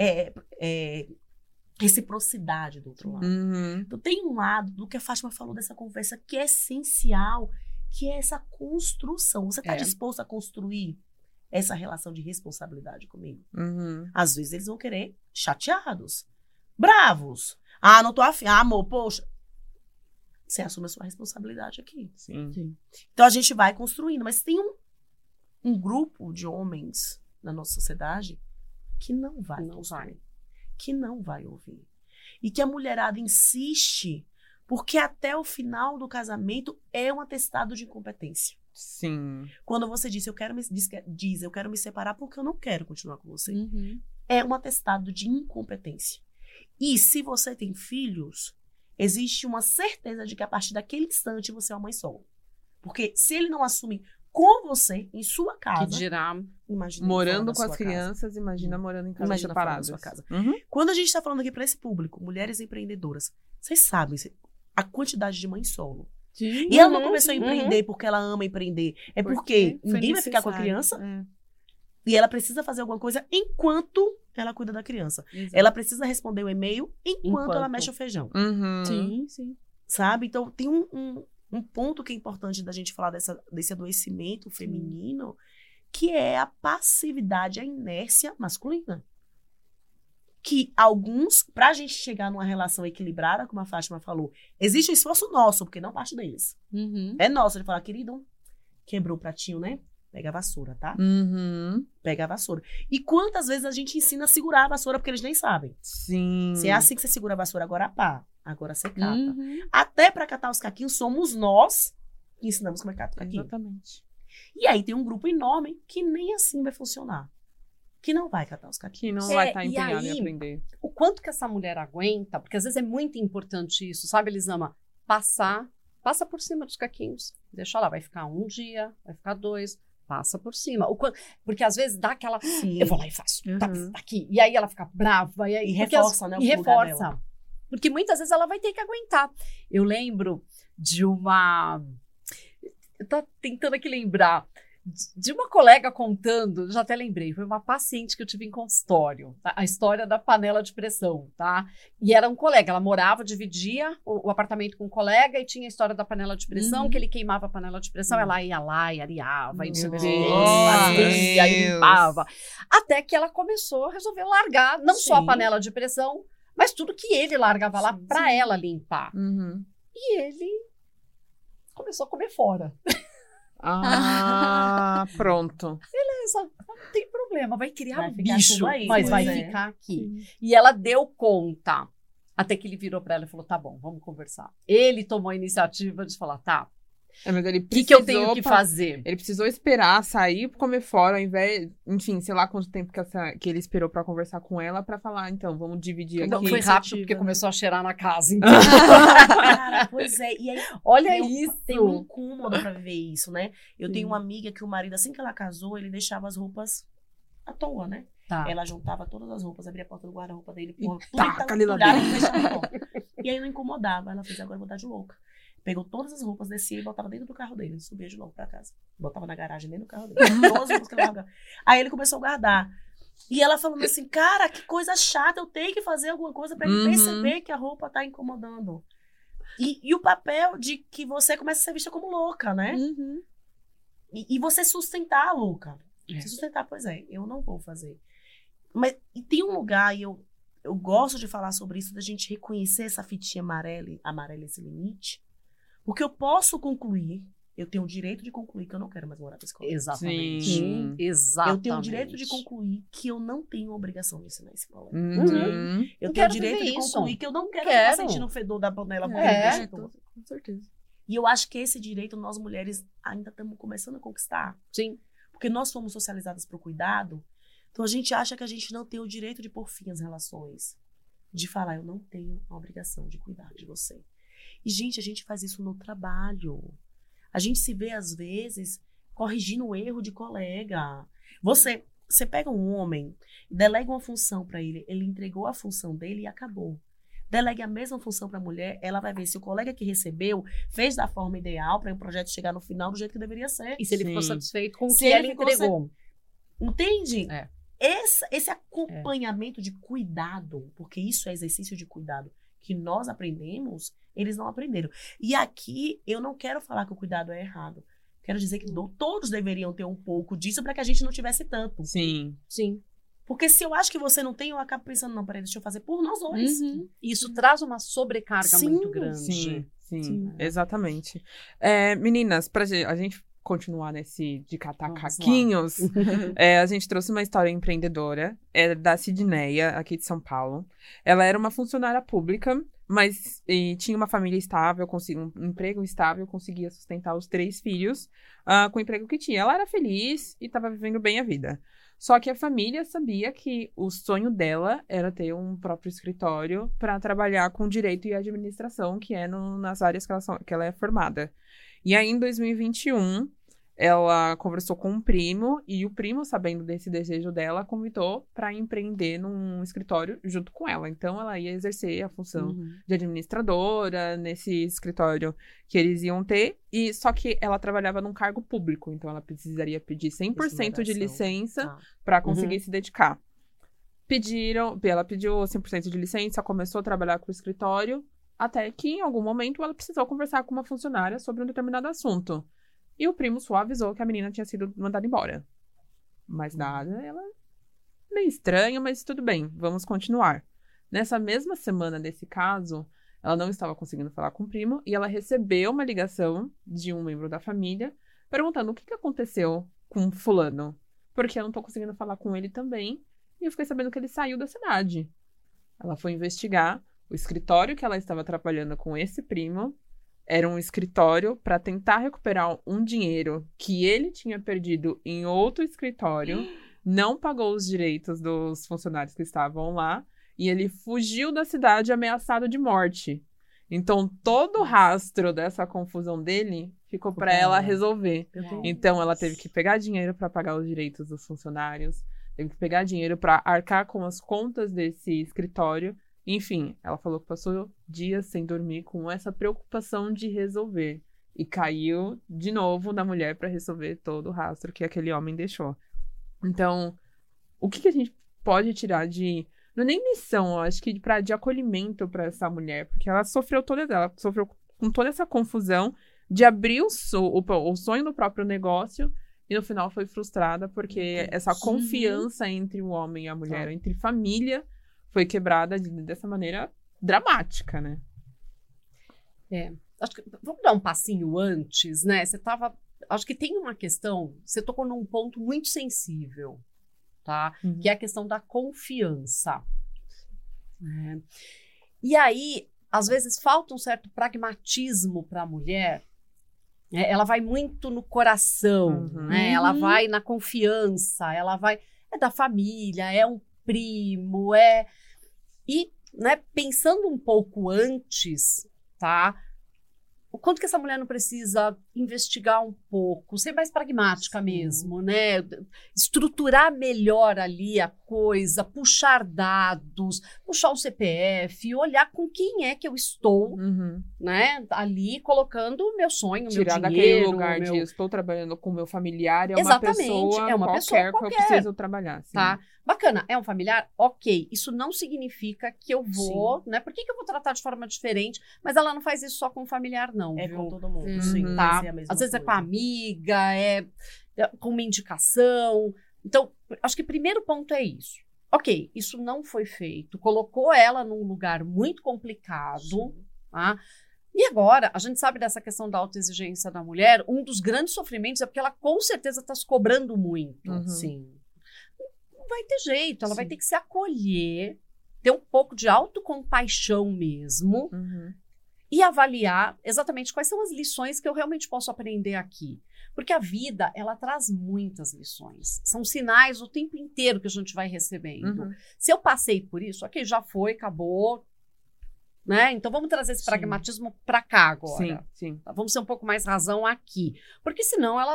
reciprocidade do outro lado. Uhum. Então tem um lado do que a Fátima falou dessa conversa que é essencial, que é essa construção. Você tá É. disposto a construir essa relação de responsabilidade comigo? Uhum. Às vezes eles vão querer chateados, bravos. Ah, não tô afim. Ah, amor, poxa. Você assume a sua responsabilidade aqui. Sim. Então a gente vai construindo. Mas tem um grupo de homens na nossa sociedade que não vai Não construir. vai. Que não vai ouvir. E que a mulherada insiste, porque até o final do casamento é um atestado de incompetência. Sim. Quando você diz, eu quero me separar porque eu não quero continuar com você. Uhum. É um atestado de incompetência. E se você tem filhos, existe uma certeza de que a partir daquele instante você é uma mãe solo. Porque se ele não assume com você, em sua Que casa, dirá. imagina Morando ele fora da com as sua crianças, imagina morando em casa Imagina fora da separadas. sua casa. Uhum. Quando a gente está falando aqui para esse público, mulheres empreendedoras, vocês sabem a quantidade de mãe solo. Sim. E ela não começou a empreender porque ela ama empreender. É porque foi ninguém vai ficar com a necessário. criança e ela precisa fazer alguma coisa enquanto ela cuida da criança. Exato. Ela precisa responder o e-mail enquanto Enquanto. ela mexe o feijão. Uhum. Sim, sim. Sabe? Então, tem um ponto que é importante da gente falar desse adoecimento feminino, que é a passividade, a inércia masculina. Que alguns, pra gente chegar numa relação equilibrada, como a Fátima falou, existe um esforço nosso, porque não parte deles. Uhum. É nosso. Ele fala, querido, quebrou o pratinho, né? Pega a vassoura, tá? Uhum. Pega a vassoura. E quantas vezes a gente ensina a segurar a vassoura, porque eles nem sabem. Sim. Se é assim que você segura a vassoura, agora pá. Agora você cata. Uhum. Até pra catar os caquinhos, somos nós que ensinamos como é que cata o caquinho. Exatamente. E aí tem um grupo enorme que nem assim vai funcionar. Que não vai catar os caquinhos. Que não vai estar e empenhado em aí, aprender. O quanto que essa mulher aguenta, porque às vezes é muito importante isso, sabe, Elisama? Passa por cima dos caquinhos. Deixa lá, vai ficar 1 dia, vai ficar 2, passa por cima. Porque às vezes dá aquela, Sim. eu vou lá e faço, tá Uhum. aqui. E aí ela fica brava. E, aí, E porque reforça, né, o E lugar reforça. dela. Porque muitas vezes ela vai ter que aguentar. Eu lembro de uma... Eu tô tentando aqui lembrar. De uma colega contando, já até lembrei, foi uma paciente que eu tive em consultório, tá? A história da panela de pressão, tá? E era um colega, ela morava, dividia o apartamento com um colega e tinha a história da panela de pressão, que ele queimava a panela de pressão, ela ia lá e areava, e não sei o que, fazia, e limpava. Até que ela começou a resolver largar, não só a Sim. panela de pressão, mas tudo que ele largava lá Sim, pra ela limpar. Uhum. E ele começou a comer fora. Ah, pronto. Beleza, não tem problema, vai criar Vai um ficar bicho, tudo aí, mas vai pois é. ficar aqui. E ela deu conta, até que ele virou pra ela e falou, tá bom, vamos conversar. Ele tomou a iniciativa de falar, tá, Mas ele o que eu precisou tenho que fazer? Ele precisou esperar sair, comer fora, ao invés, enfim, sei lá quanto tempo que ele esperou pra conversar com ela pra falar, então, vamos dividir Não, aqui. foi rápido, iniciativa, porque né? começou a cheirar na casa. Então. Cara, pois é. E aí Olha tem isso. tem um incômodo pra viver isso, né? Eu tenho uma amiga que o marido, assim que ela casou, ele deixava as roupas à toa, né? Tá. Ela juntava todas as roupas, abria a porta do guarda-roupa dele, E tudo taca ali lá entulhado, dentro. e fechava a porta. E aí não incomodava. Ela fez, agora eu vou dar de louca. Pegou todas as roupas, descia e botava dentro do carro dele. Subia de novo pra casa. Botava na garagem dentro do carro dele. Todas as roupas que ele largava. Aí ele começou a guardar. E ela falando assim, cara, que coisa chata, eu tenho que fazer alguma coisa pra ele Uhum. perceber que a roupa tá incomodando. E o papel de que você começa a ser vista como louca, né? Uhum. E você sustentar a louca. É. Se sustentar, pois é, eu não vou fazer. Mas e tem um lugar, e eu gosto de falar sobre isso, da gente reconhecer essa fitinha amarela esse limite, porque eu posso concluir, eu tenho o direito de concluir que eu não quero mais morar com esse colega. Exatamente. Sim. Exatamente. Eu tenho o direito de concluir que eu não tenho obrigação de ensinar esse colega. Uhum. Eu Não tenho o quero direito viver de isso. concluir que eu não quero Quero. ficar sentindo o fedor da panela. É. porque Com certeza. E eu acho que esse direito nós mulheres ainda estamos começando a conquistar. Sim. Porque nós fomos socializadas para o cuidado, então a gente acha que a gente não tem o direito de pôr fim às relações. De falar, eu não tenho a obrigação de cuidar de você. E, gente, a gente faz isso no trabalho. A gente se vê, às vezes, corrigindo o erro de colega. Você pega um homem, delega uma função para ele, ele entregou a função dele e acabou. Delegue a mesma função para a mulher, ela vai ver se o colega que recebeu fez da forma ideal para o projeto chegar no final do jeito que deveria ser. E se ele ficou Sim. satisfeito com o Se que ele ela ficou entregou. Entende? É. Esse acompanhamento de cuidado, porque isso é exercício de cuidado que nós aprendemos, eles não aprenderam. E aqui, eu não quero falar que o cuidado é errado. Quero dizer que todos deveriam ter um pouco disso para que a gente não tivesse tanto. Sim. Sim. Porque se eu acho que você não tem, eu acabo pensando, não, peraí, deixa eu fazer por nós dois. Uhum. Isso traz uma sobrecarga Sim, muito grande. Sim. Sim. Exatamente. Meninas, pra a gente continuar nesse de catar Vamos lá. caquinhos, a gente trouxe uma história empreendedora, é da Sidneia, aqui de São Paulo. Ela era uma funcionária pública, mas tinha uma família estável, um emprego estável, conseguia sustentar os 3 filhos com o emprego que tinha. Ela era feliz e estava vivendo bem a vida. Só que a família sabia que o sonho dela era ter um próprio escritório para trabalhar com direito e administração, que é nas áreas que ela é formada. E aí, em 2021, ela conversou com um primo, e o primo, sabendo desse desejo dela, convidou para empreender num escritório junto com ela. Então, ela ia exercer a função de administradora nesse escritório que eles iam ter, e só que ela trabalhava num cargo público, então ela precisaria pedir 100% de licença para conseguir se dedicar. Ela pediu 100% de licença, começou a trabalhar com o escritório, até que em algum momento ela precisou conversar com uma funcionária sobre um determinado assunto. E o primo só avisou que a menina tinha sido mandada embora. Mas nada, ela... meio estranha, mas tudo bem, vamos continuar. Nessa mesma semana desse caso, ela não estava conseguindo falar com o primo e ela recebeu uma ligação de um membro da família perguntando o que aconteceu com fulano. Porque eu não estou conseguindo falar com ele também e eu fiquei sabendo que ele saiu da cidade. Ela foi investigar o escritório que ela estava trabalhando com esse primo. Era um escritório para tentar recuperar um dinheiro que ele tinha perdido em outro escritório, não pagou os direitos dos funcionários que estavam lá, e ele fugiu da cidade ameaçado de morte. Então, todo o rastro dessa confusão dele ficou para ela resolver. Então, ela teve que pegar dinheiro para pagar os direitos dos funcionários, teve que pegar dinheiro para arcar com as contas desse escritório. Enfim, ela falou que passou dias sem dormir com essa preocupação de resolver. E caiu de novo na mulher para resolver todo o rastro que aquele homem deixou. Então, o que a gente pode tirar de... Não é nem lição, eu acho que de acolhimento para essa mulher. Porque ela sofreu com toda essa confusão de abrir o sonho do próprio negócio. E no final foi frustrada porque essa confiança entre o homem e a mulher, entre família, foi quebrada dessa maneira dramática, né? Acho que vamos dar um passinho antes, né? Acho que tem uma questão, você tocou num ponto muito sensível, tá? Que é a questão da confiança. E aí, às vezes, falta um certo pragmatismo para a mulher. Ela vai muito no coração, né? Ela vai na confiança, ela vai... É da família, é um primo, E, né, pensando um pouco antes, tá? O quanto que essa mulher não precisa investigar um pouco, ser mais pragmática mesmo, né? Estruturar melhor ali a coisa, puxar dados, puxar o CPF, olhar com quem é que eu estou, né? Ali colocando o meu sonho, o meu dinheiro. Tirar daquele lugar de estou trabalhando com o meu familiar, Exatamente, é uma pessoa qualquer que eu preciso trabalhar. Assim. Tá? Bacana, é um familiar? Ok. Isso não significa que eu vou, né? Por que eu vou tratar de forma diferente? Mas ela não faz isso só com o familiar, não. É viu? com todo mundo, sim. Tá? Às vezes é com a amiga, é com uma indicação. Então, acho que o primeiro ponto é isso. Ok, isso não foi feito. Colocou ela num lugar muito complicado, tá? E agora, a gente sabe dessa questão da autoexigência da mulher, um dos grandes sofrimentos é porque ela com certeza está se cobrando muito. Sim. Não vai ter jeito, ela vai ter que se acolher, ter um pouco de autocompaixão mesmo e avaliar exatamente quais são as lições que eu realmente posso aprender aqui. Porque a vida, ela traz muitas lições. São sinais o tempo inteiro que a gente vai recebendo. Se eu passei por isso, ok, já foi, acabou, né? Então vamos trazer esse pragmatismo para cá agora. Sim. Vamos ser um pouco mais razão aqui. Porque senão ela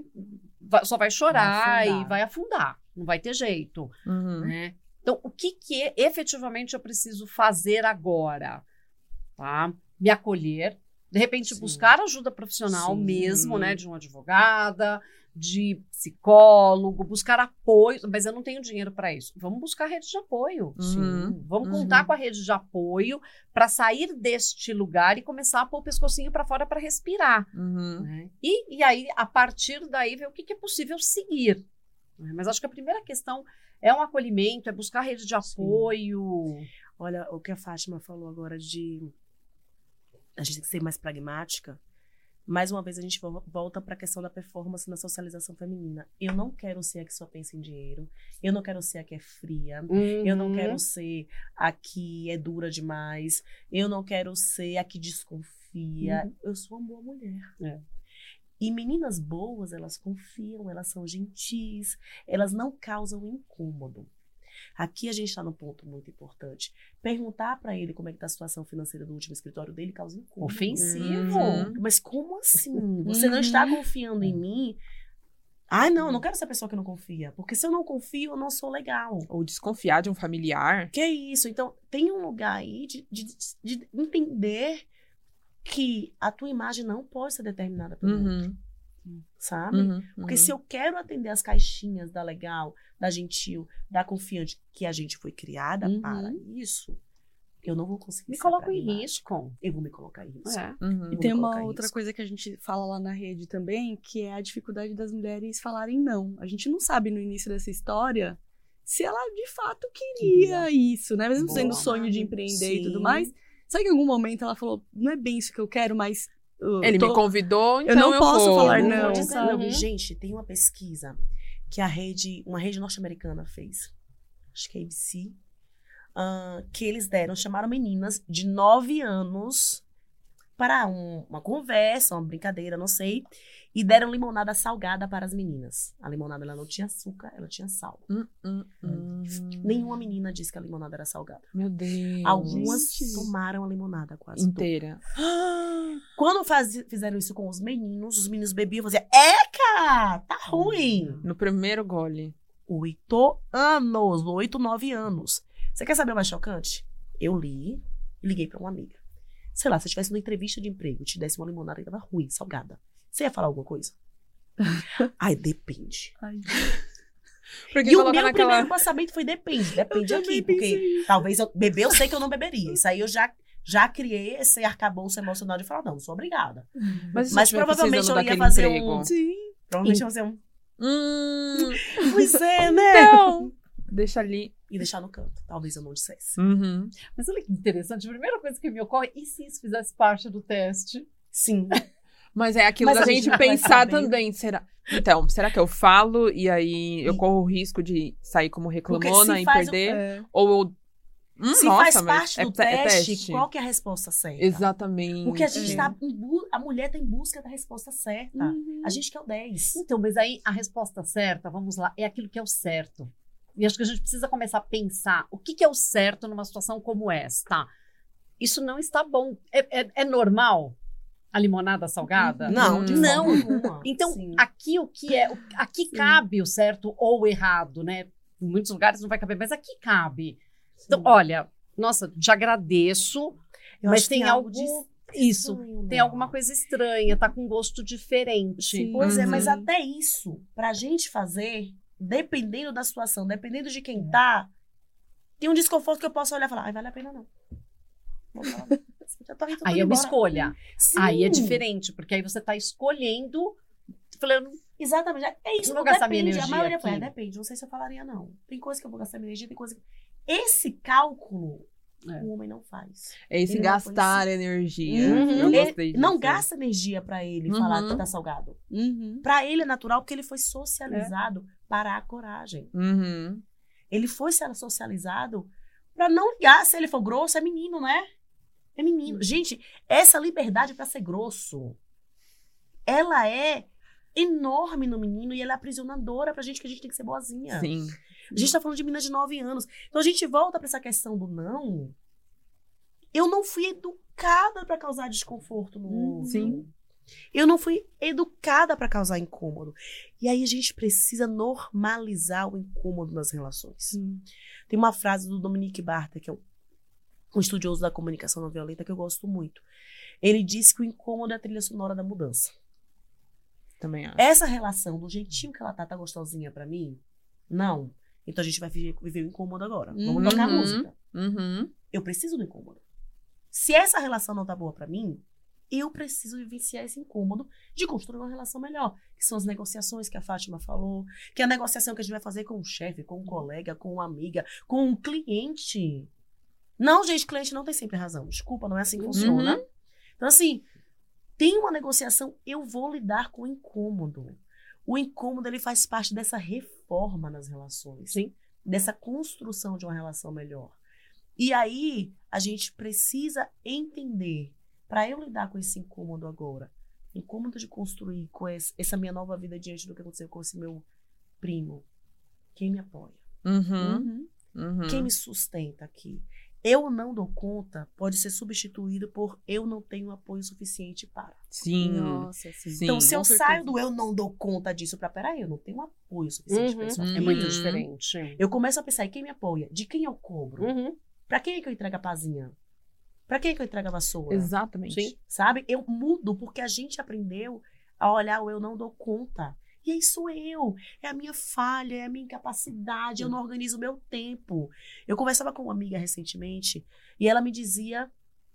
só vai chorar e vai afundar. Não vai ter jeito. Né? Então, o que efetivamente eu preciso fazer agora? Tá? Me acolher. De repente, buscar ajuda profissional mesmo, né? De uma advogada, de psicólogo, buscar apoio. Mas eu não tenho dinheiro para isso. Vamos buscar rede de apoio. Vamos contar com a rede de apoio para sair deste lugar e começar a pôr o pescocinho para fora para respirar. Né? E aí, a partir daí, ver o que é possível seguir. Mas acho que a primeira questão é um acolhimento, é buscar rede de apoio. Olha, o que a Fátima falou agora de a gente tem que ser mais pragmática. mais uma vez a gente volta para a questão da performance na socialização feminina. Eu não quero ser a que só pensa em dinheiro. Eu não quero ser a que é fria. Eu não quero ser a que é dura demais. Eu não quero ser a que desconfia. Eu sou uma boa mulher. E meninas boas, elas confiam, elas são gentis, elas não causam incômodo. Aqui a gente está num ponto muito importante. Perguntar para ele como é que tá a situação financeira do último escritório dele causa incômodo. Ofensivo. Mas como assim? Você não está confiando em mim? Ai, não, eu não quero ser a pessoa que não confia. Porque se eu não confio, eu não sou legal. Ou desconfiar de um familiar. Que é isso? Então, tem um lugar aí de entender que a tua imagem não pode ser determinada pelo outro. Sabe? Porque se eu quero atender as caixinhas da legal, da gentil, da confiante, que a gente foi criada para isso, eu não vou conseguir. Me coloco em risco. Eu vou me colocar em risco. E tem uma outra coisa que a gente fala lá na rede também, que é a dificuldade das mulheres falarem não. A gente não sabe no início dessa história se ela de fato queria isso, né? Mesmo sendo o sonho de empreender e tudo mais. Sabe que em algum momento ela falou, não é bem isso que eu quero, mas... Ele me convidou, então eu não posso vou. falar Eu não, vou dizer sabe? não. Gente, tem uma pesquisa que uma rede norte-americana fez. Acho que é a ABC. Que eles chamaram meninas de 9 anos para uma conversa, uma brincadeira, não sei. E deram limonada salgada para as meninas. A limonada, ela não tinha açúcar, ela tinha sal. Nenhuma menina disse que a limonada era salgada. Meu Deus. Algumas tomaram a limonada quase inteira. Quando fizeram isso com os meninos bebiam e faziam, Eca, tá ruim. No primeiro gole. 8 anos, 8, 9 anos. Você quer saber o mais chocante? Eu li e liguei pra uma amiga. Sei lá, se eu estivesse numa entrevista de emprego e te desse uma limonada que tava ruim, salgada, você ia falar alguma coisa? Ai, depende. Porque E o meu primeiro pensamento foi depende aqui, porque pensei. talvez beber eu sei que eu não beberia. Isso aí eu já criei esse arcabouço emocional de falar, não sou obrigada. Mas provavelmente eu ia fazer provavelmente eu ia fazer um... Pois é, né? Então, deixa ali. E deixar no canto. Talvez eu não dissesse. Mas olha que interessante. A primeira coisa que me ocorre, e se isso fizesse parte do teste? Sim. Mas é aquilo Mas da a gente gente não vai pensar saber. também. Então, será que eu falo e aí eu corro o risco de sair como reclamona e perder? Ou eu... Se nossa, faz parte do teste, qual que é a resposta certa? Exatamente. Porque a gente tá a mulher tá em busca da resposta certa. A gente quer o 10. Então, mas aí a resposta certa, vamos lá, é aquilo que é o certo. E acho que a gente precisa começar a pensar o que é o certo numa situação como esta. Isso não está bom. É normal a limonada salgada? Não, de não. forma alguma. Então, Sim. aqui aqui cabe o certo ou o errado, né? Em muitos lugares não vai caber, mas aqui cabe. Então, olha, nossa, te agradeço, Eu mas acho que tem algo isso. estranho, Tem né? alguma coisa estranha, tá com gosto diferente. Sim. Pois é, mas até isso, pra gente fazer, dependendo da situação, dependendo de quem tá, tem um desconforto que eu posso olhar e falar, ai, vale a pena não. Vou falar, já tô indo, tô Aí indo é uma embora. escolha. Sim. Aí é diferente, porque aí você tá escolhendo, falando, Exatamente. É isso, Não vou não gastar minha depende. A energia maioria foi, aqui. depende. Não sei se eu falaria não. Tem coisa que eu vou gastar minha energia, tem coisa que... Esse cálculo, o homem não faz. É esse Ele não gastar energia. Uhum. Eu gostei disso. Não gasta energia pra ele falar que tá salgado. Pra ele é natural porque ele foi socializado para a coragem. Ele foi socializado pra não ligar. Se ele for grosso, é menino, né? É menino. Gente, essa liberdade pra ser grosso, ela é enorme no menino e ela é aprisionadora pra gente, que a gente tem que ser boazinha. Sim. A gente tá falando de meninas de 9 anos. Então a gente volta pra essa questão do não. Eu não fui educada pra causar desconforto no outro. Sim. Eu não fui educada pra causar incômodo. E aí a gente precisa normalizar o incômodo nas relações. Tem uma frase do Dominique Barter, que é um estudioso da comunicação não violenta, que eu gosto muito. Ele disse que o incômodo é a trilha sonora da mudança. Também acho. Essa relação, do jeitinho que ela tá gostosinha pra mim? Não. Então a gente vai viver o incômodo agora. Vamos tocar música. Eu preciso do incômodo. Se essa relação não tá boa pra mim, eu preciso vivenciar esse incômodo de construir uma relação melhor. Que são as negociações que a Fátima falou, que é a negociação que a gente vai fazer com o chefe, com um colega, com uma amiga, com um cliente. Não, gente, cliente não tem sempre razão. Desculpa, não é assim que funciona. Então, assim, tem uma negociação, eu vou lidar com o incômodo. O incômodo, ele faz parte dessa reforma nas relações. Sim. Dessa construção de uma relação melhor. E aí, a gente precisa entender, para eu lidar com esse incômodo agora, incômodo de construir com essa minha nova vida diante do que aconteceu com esse meu primo, quem me apoia? Quem me sustenta aqui? Eu não dou conta, pode ser substituído por eu não tenho apoio suficiente para. Sim. Nossa, sim. Então, se eu Com certeza. saio do eu não dou conta disso para, peraí, eu não tenho apoio suficiente para isso aqui. É muito diferente. Eu começo a pensar, e quem me apoia? De quem eu cobro? Pra quem é que eu entrego a pazinha? Pra quem é que eu entrego a vassoura? Exatamente. Sim. Sabe? Eu mudo porque a gente aprendeu a olhar o eu não dou conta. E aí sou eu. É a minha falha, é a minha incapacidade. Eu não organizo o meu tempo. Eu conversava com uma amiga recentemente e ela me dizia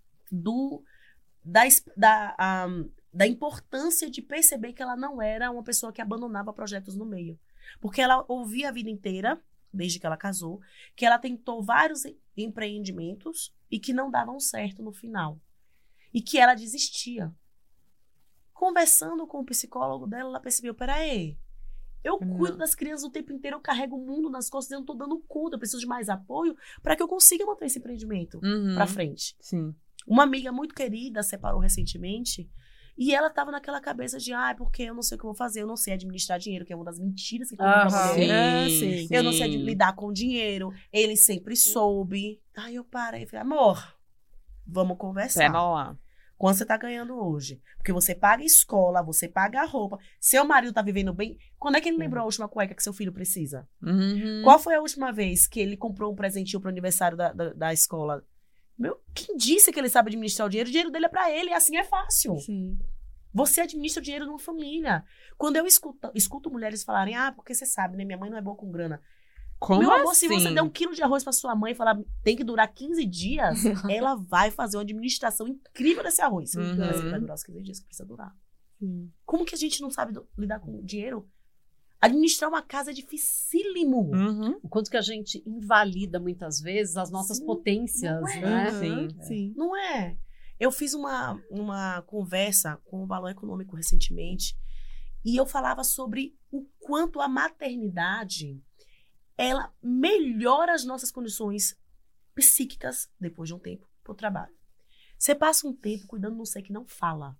da importância de perceber que ela não era uma pessoa que abandonava projetos no meio. Porque ela ouvia a vida inteira, desde que ela casou, que ela tentou vários empreendimentos e que não davam certo no final. E que ela desistia. Conversando com o psicólogo dela, ela percebeu, peraí, eu cuido das crianças o tempo inteiro, eu carrego o mundo nas costas, eu não tô dando conta, eu preciso de mais apoio para que eu consiga manter esse empreendimento para frente. Sim. Uma amiga muito querida separou recentemente e ela tava naquela cabeça de, porque eu não sei o que eu vou fazer, eu não sei administrar dinheiro, que é uma das mentiras que conta pra mulher. Sim. Eu não sei lidar com dinheiro, ele sempre soube. Aí eu parei e falei, amor, vamos conversar. Pera lá. Quanto você tá ganhando hoje? Porque você paga a escola, você paga a roupa. Seu marido tá vivendo bem. Quando é que ele lembrou a última cueca que seu filho precisa? Qual foi a última vez que ele comprou um presentinho pro aniversário da escola? Quem disse que ele sabe administrar o dinheiro dele é pra ele, e assim é fácil. Sim. Você administra o dinheiro de uma família. Quando eu escuto mulheres falarem, porque você sabe, né? Minha mãe não é boa com grana. Como Meu amor, assim? se você der 1 quilo de arroz pra sua mãe e falar tem que durar 15 dias, ela vai fazer uma administração incrível desse arroz. Mas vai durar os 15 dias que precisa durar. Como que a gente não sabe lidar com o dinheiro? Administrar uma casa é dificílimo. O quanto que a gente invalida muitas vezes as nossas potências, né? Sim. Não é? Eu fiz uma conversa com o Valor Econômico recentemente e eu falava sobre o quanto a maternidade ela melhora as nossas condições psíquicas depois de um tempo pro trabalho. Você passa um tempo cuidando de um ser que não fala.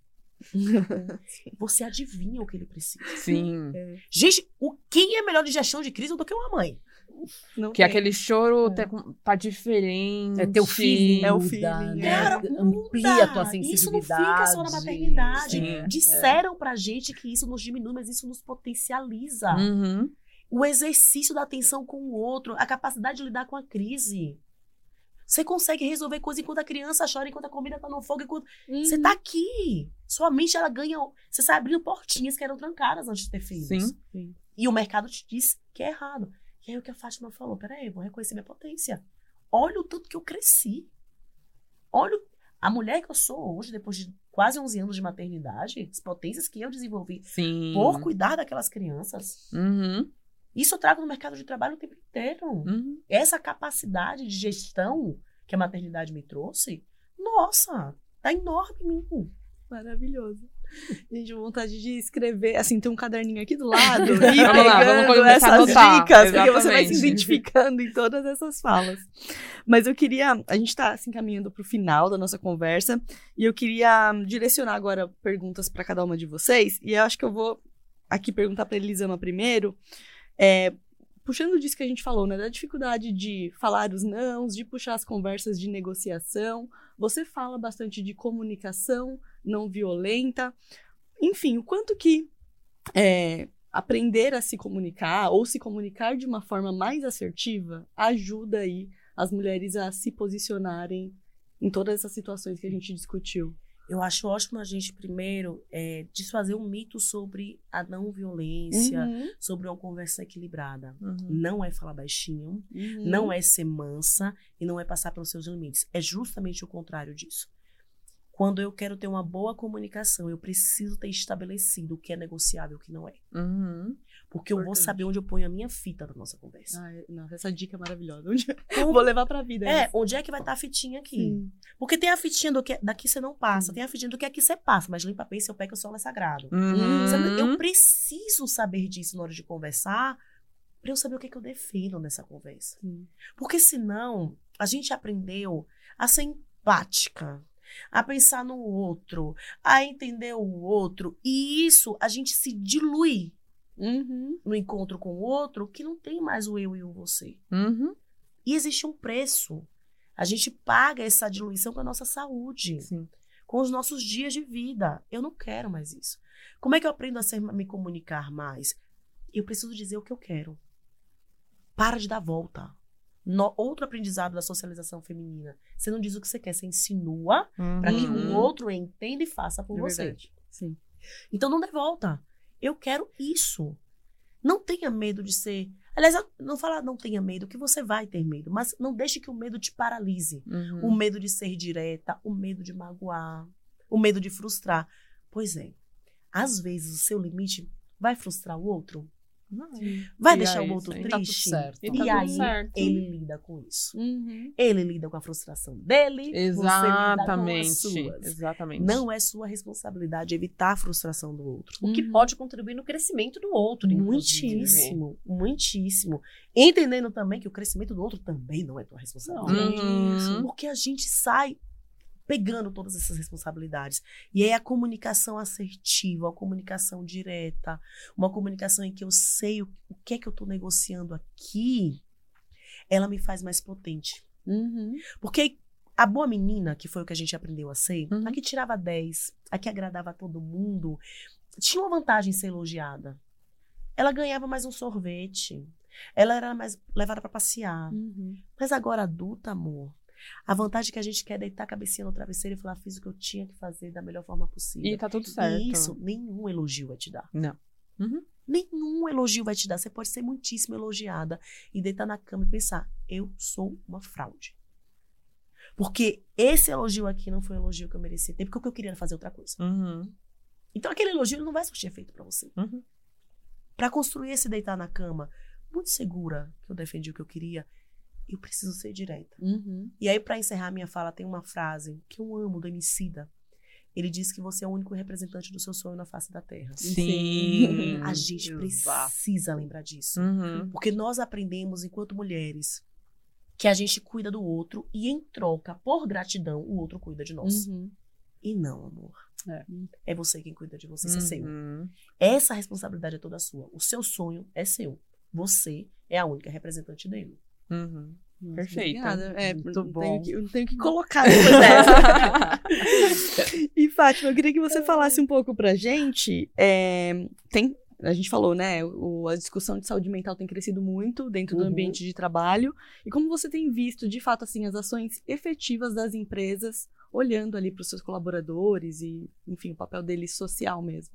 Você adivinha o que ele precisa. Sim. Gente, quem é melhor de gestão de crise do que uma mãe? Não Que tem. aquele choro tá diferente. É teu feeling. É o muda, feeling, né? Cara, Amplia a tua muda. sensibilidade. Isso não fica só na maternidade. Sim. Disseram pra gente que isso nos diminui, mas isso nos potencializa. O exercício da atenção com o outro, a capacidade de lidar com a crise. Você consegue resolver coisas enquanto a criança chora, enquanto a comida tá no fogo, enquanto... Você tá aqui. Sua mente, ela ganha... Você sai abrindo portinhas que eram trancadas antes de ter filhos. Sim. E o mercado te diz que é errado. E aí o que a Fátima falou, peraí, eu vou reconhecer minha potência. Olha o tanto que eu cresci. Olha a mulher que eu sou hoje, depois de quase 11 anos de maternidade, as potências que eu desenvolvi por cuidar daquelas crianças. Isso eu trago no mercado de trabalho o tempo inteiro. Essa capacidade de gestão que a maternidade me trouxe, nossa, tá enorme em mim. Maravilhoso. Gente, vontade de escrever, assim, tem um caderninho aqui do lado e Vamos lá, vamos pegando começar a essas anotar. dicas, porque você vai se Exatamente. identificando em todas essas falas. Mas a gente tá se encaminhando pro final da nossa conversa, e eu queria direcionar agora perguntas para cada uma de vocês, e eu acho que eu vou aqui perguntar para Elisama primeiro, puxando disso que a gente falou, né, da dificuldade de falar os nãos, de puxar as conversas de negociação. Você fala bastante de comunicação não violenta. Enfim, o quanto que aprender a se comunicar ou se comunicar de uma forma mais assertiva ajuda aí as mulheres a se posicionarem em todas essas situações que a gente discutiu. Eu acho ótimo a gente, primeiro, desfazer um mito sobre a não violência, sobre uma conversa equilibrada. Não é falar baixinho, não é ser mansa e não é passar pelos seus limites. É justamente o contrário disso. Quando eu quero ter uma boa comunicação, eu preciso ter estabelecido o que é negociável e o que não é. Porque eu vou saber onde eu ponho a minha fita na nossa conversa. Nossa, essa dica é maravilhosa. Vou levar pra vida. Onde é que vai estar a fitinha aqui? Sim. Porque tem a fitinha do que daqui você não passa, tem a fitinha do que aqui você passa, mas limpa bem seu pé que o solo é sagrado. Eu preciso saber disso na hora de conversar, para eu saber o que eu defendo nessa conversa. Porque senão, a gente aprendeu a ser empática, a pensar no outro, a entender o outro, e isso a gente se dilui no encontro com o outro, que não tem mais o eu e o você. E existe um preço. A gente paga essa diluição com a nossa saúde, com os nossos dias de vida. Eu não quero mais isso. Como é que eu aprendo a me comunicar mais? Eu preciso dizer o que eu quero. Para de dar volta. Outro aprendizado da socialização feminina. Você não diz o que você quer, você insinua para que o outro entenda e faça por você. Verdade. Sim. Então não dê volta. Eu quero isso. Não tenha medo de ser... Aliás, não fala não tenha medo, que você vai ter medo, mas não deixe que o medo te paralise. O medo de ser direta, o medo de magoar, o medo de frustrar. Pois é, às vezes o seu limite vai frustrar o outro. Vai deixar o outro triste. E aí ele lida com isso. Ele lida com a frustração dele. Exatamente. Você lida com as suas. Exatamente. Não é sua responsabilidade evitar a frustração do outro. O que pode contribuir no crescimento do outro. Muitíssimo. Muitíssimo. Entendendo também que o crescimento do outro também não é tua responsabilidade. Porque a gente sai pegando todas essas responsabilidades. E aí a comunicação assertiva, a comunicação direta, uma comunicação em que eu sei o que é que eu estou negociando aqui, ela me faz mais potente. Porque a boa menina, que foi o que a gente aprendeu a ser, a que tirava 10, a que agradava a todo mundo, tinha uma vantagem em ser elogiada. Ela ganhava mais um sorvete, ela era mais levada para passear. Mas agora adulta, amor, a vantagem que a gente quer é deitar a cabecinha no travesseiro e falar, fiz o que eu tinha que fazer da melhor forma possível. E tá tudo certo. E isso, nenhum elogio vai te dar. Não. Nenhum elogio vai te dar. Você pode ser muitíssimo elogiada e deitar na cama e pensar, eu sou uma fraude. Porque esse elogio aqui não foi um elogio que eu merecia ter, porque o que eu queria era fazer outra coisa. Então aquele elogio não vai surtir efeito pra você. Pra construir esse deitar na cama, muito segura que eu defendi o que eu queria, eu preciso ser direta. E aí, para encerrar minha fala, tem uma frase que eu amo, do Emicida. Ele diz que você é o único representante do seu sonho na face da Terra. Sim. A gente precisa lembrar disso. Porque nós aprendemos, enquanto mulheres, que a gente cuida do outro e, em troca, por gratidão, o outro cuida de nós. E não, amor. É você quem cuida de você, isso é seu. Essa responsabilidade é toda sua. O seu sonho é seu. Você é a única representante dele. Perfeito. Obrigada. Muito bom. Não tenho que colocar depois dessa. E, Fátima, eu queria que você falasse um pouco pra gente. A gente falou, né? A discussão de saúde mental tem crescido muito dentro do ambiente de trabalho. E como você tem visto, de fato, assim, as ações efetivas das empresas, olhando ali para os seus colaboradores e, enfim, o papel deles social mesmo?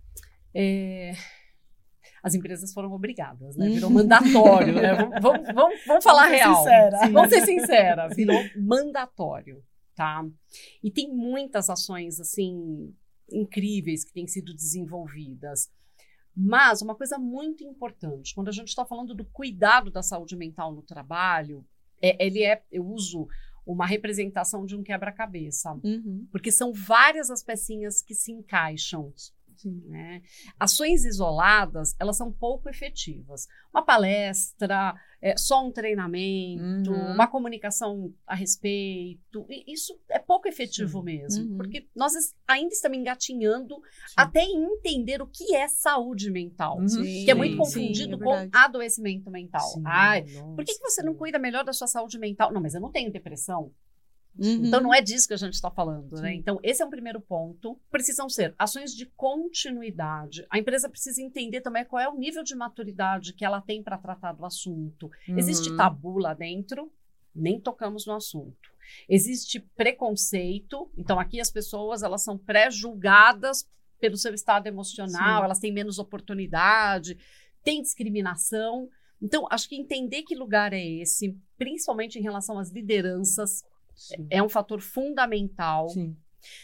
As empresas foram obrigadas, né? Virou mandatório, né? Vamos falar real. Vamos ser sinceras. Virou mandatório, tá? E tem muitas ações, assim, incríveis que têm sido desenvolvidas. Mas uma coisa muito importante, quando a gente está falando do cuidado da saúde mental no trabalho, eu uso uma representação de um quebra-cabeça. Porque são várias as pecinhas que se encaixam. Né? Ações isoladas, elas são pouco efetivas. Uma palestra, só um treinamento, uma comunicação a respeito, isso é pouco efetivo mesmo, porque nós ainda estamos engatinhando até entender o que é saúde mental, que é muito confundido com adoecimento mental. Por que você não cuida melhor da sua saúde mental? Não, mas eu não tenho depressão. Então, não é disso que a gente está falando, né? Então, esse é um primeiro ponto. Precisam ser ações de continuidade. A empresa precisa entender também qual é o nível de maturidade que ela tem para tratar do assunto. Existe tabu lá dentro? Nem tocamos no assunto. Existe preconceito. Então, aqui as pessoas, elas são pré-julgadas pelo seu estado emocional, elas têm menos oportunidade, tem discriminação. Então, acho que entender que lugar é esse, principalmente em relação às lideranças, é um fator fundamental.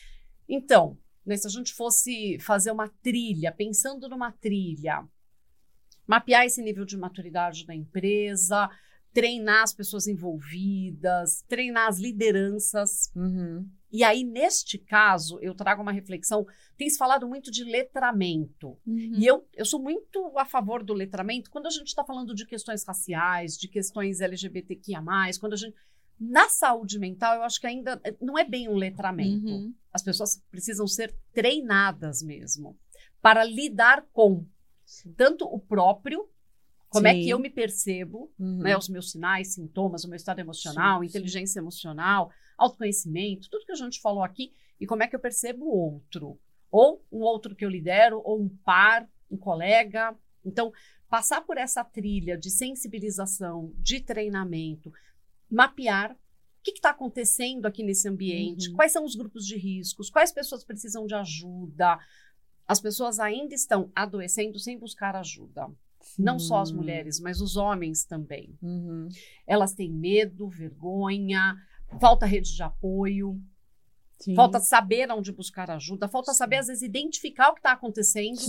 Então, né, se a gente fosse fazer uma trilha, pensando numa trilha, mapear esse nível de maturidade da empresa, treinar as pessoas envolvidas, treinar as lideranças. E aí, neste caso, eu trago uma reflexão. Tem se falado muito de letramento. E eu sou muito a favor do letramento quando a gente está falando de questões raciais, de questões LGBTQIA+, quando a gente... Na saúde mental, eu acho que ainda não é bem um letramento. As pessoas precisam ser treinadas mesmo para lidar com tanto o próprio, como é que eu me percebo, né, os meus sinais, sintomas, o meu estado emocional, inteligência emocional, autoconhecimento, tudo que a gente falou aqui, e como é que eu percebo o outro. Ou um outro que eu lidero, ou um par, um colega. Então, passar por essa trilha de sensibilização, de treinamento, mapear o que está acontecendo aqui nesse ambiente, quais são os grupos de riscos, quais pessoas precisam de ajuda. As pessoas ainda estão adoecendo sem buscar ajuda. Não só as mulheres, mas os homens também. Elas têm medo, vergonha, falta rede de apoio, falta saber onde buscar ajuda, falta saber, às vezes, identificar o que está acontecendo.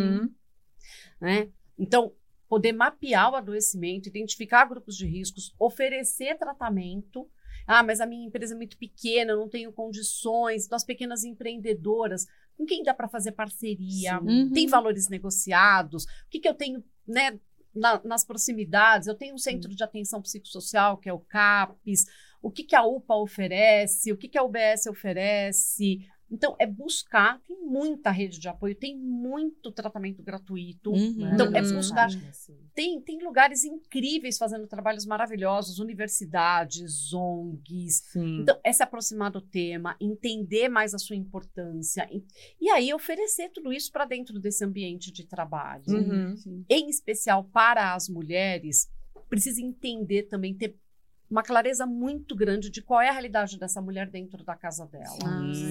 Né? Então, poder mapear o adoecimento, identificar grupos de riscos, oferecer tratamento. Ah, mas a minha empresa é muito pequena, eu não tenho condições. Então, as pequenas empreendedoras, com quem dá para fazer parceria? Tem valores negociados? O que eu tenho, né, nas proximidades? Eu tenho um centro de atenção psicossocial, que é o CAPES. O que a UPA oferece? O que a UBS oferece? Então, é buscar, tem muita rede de apoio, tem muito tratamento gratuito. Então, é buscar. Tem lugares incríveis fazendo trabalhos maravilhosos, universidades, ONGs. Então, é se aproximar do tema, entender mais a sua importância. E aí, oferecer tudo isso para dentro desse ambiente de trabalho. Em especial para as mulheres, precisa entender também, ter uma clareza muito grande de qual é a realidade dessa mulher dentro da casa dela.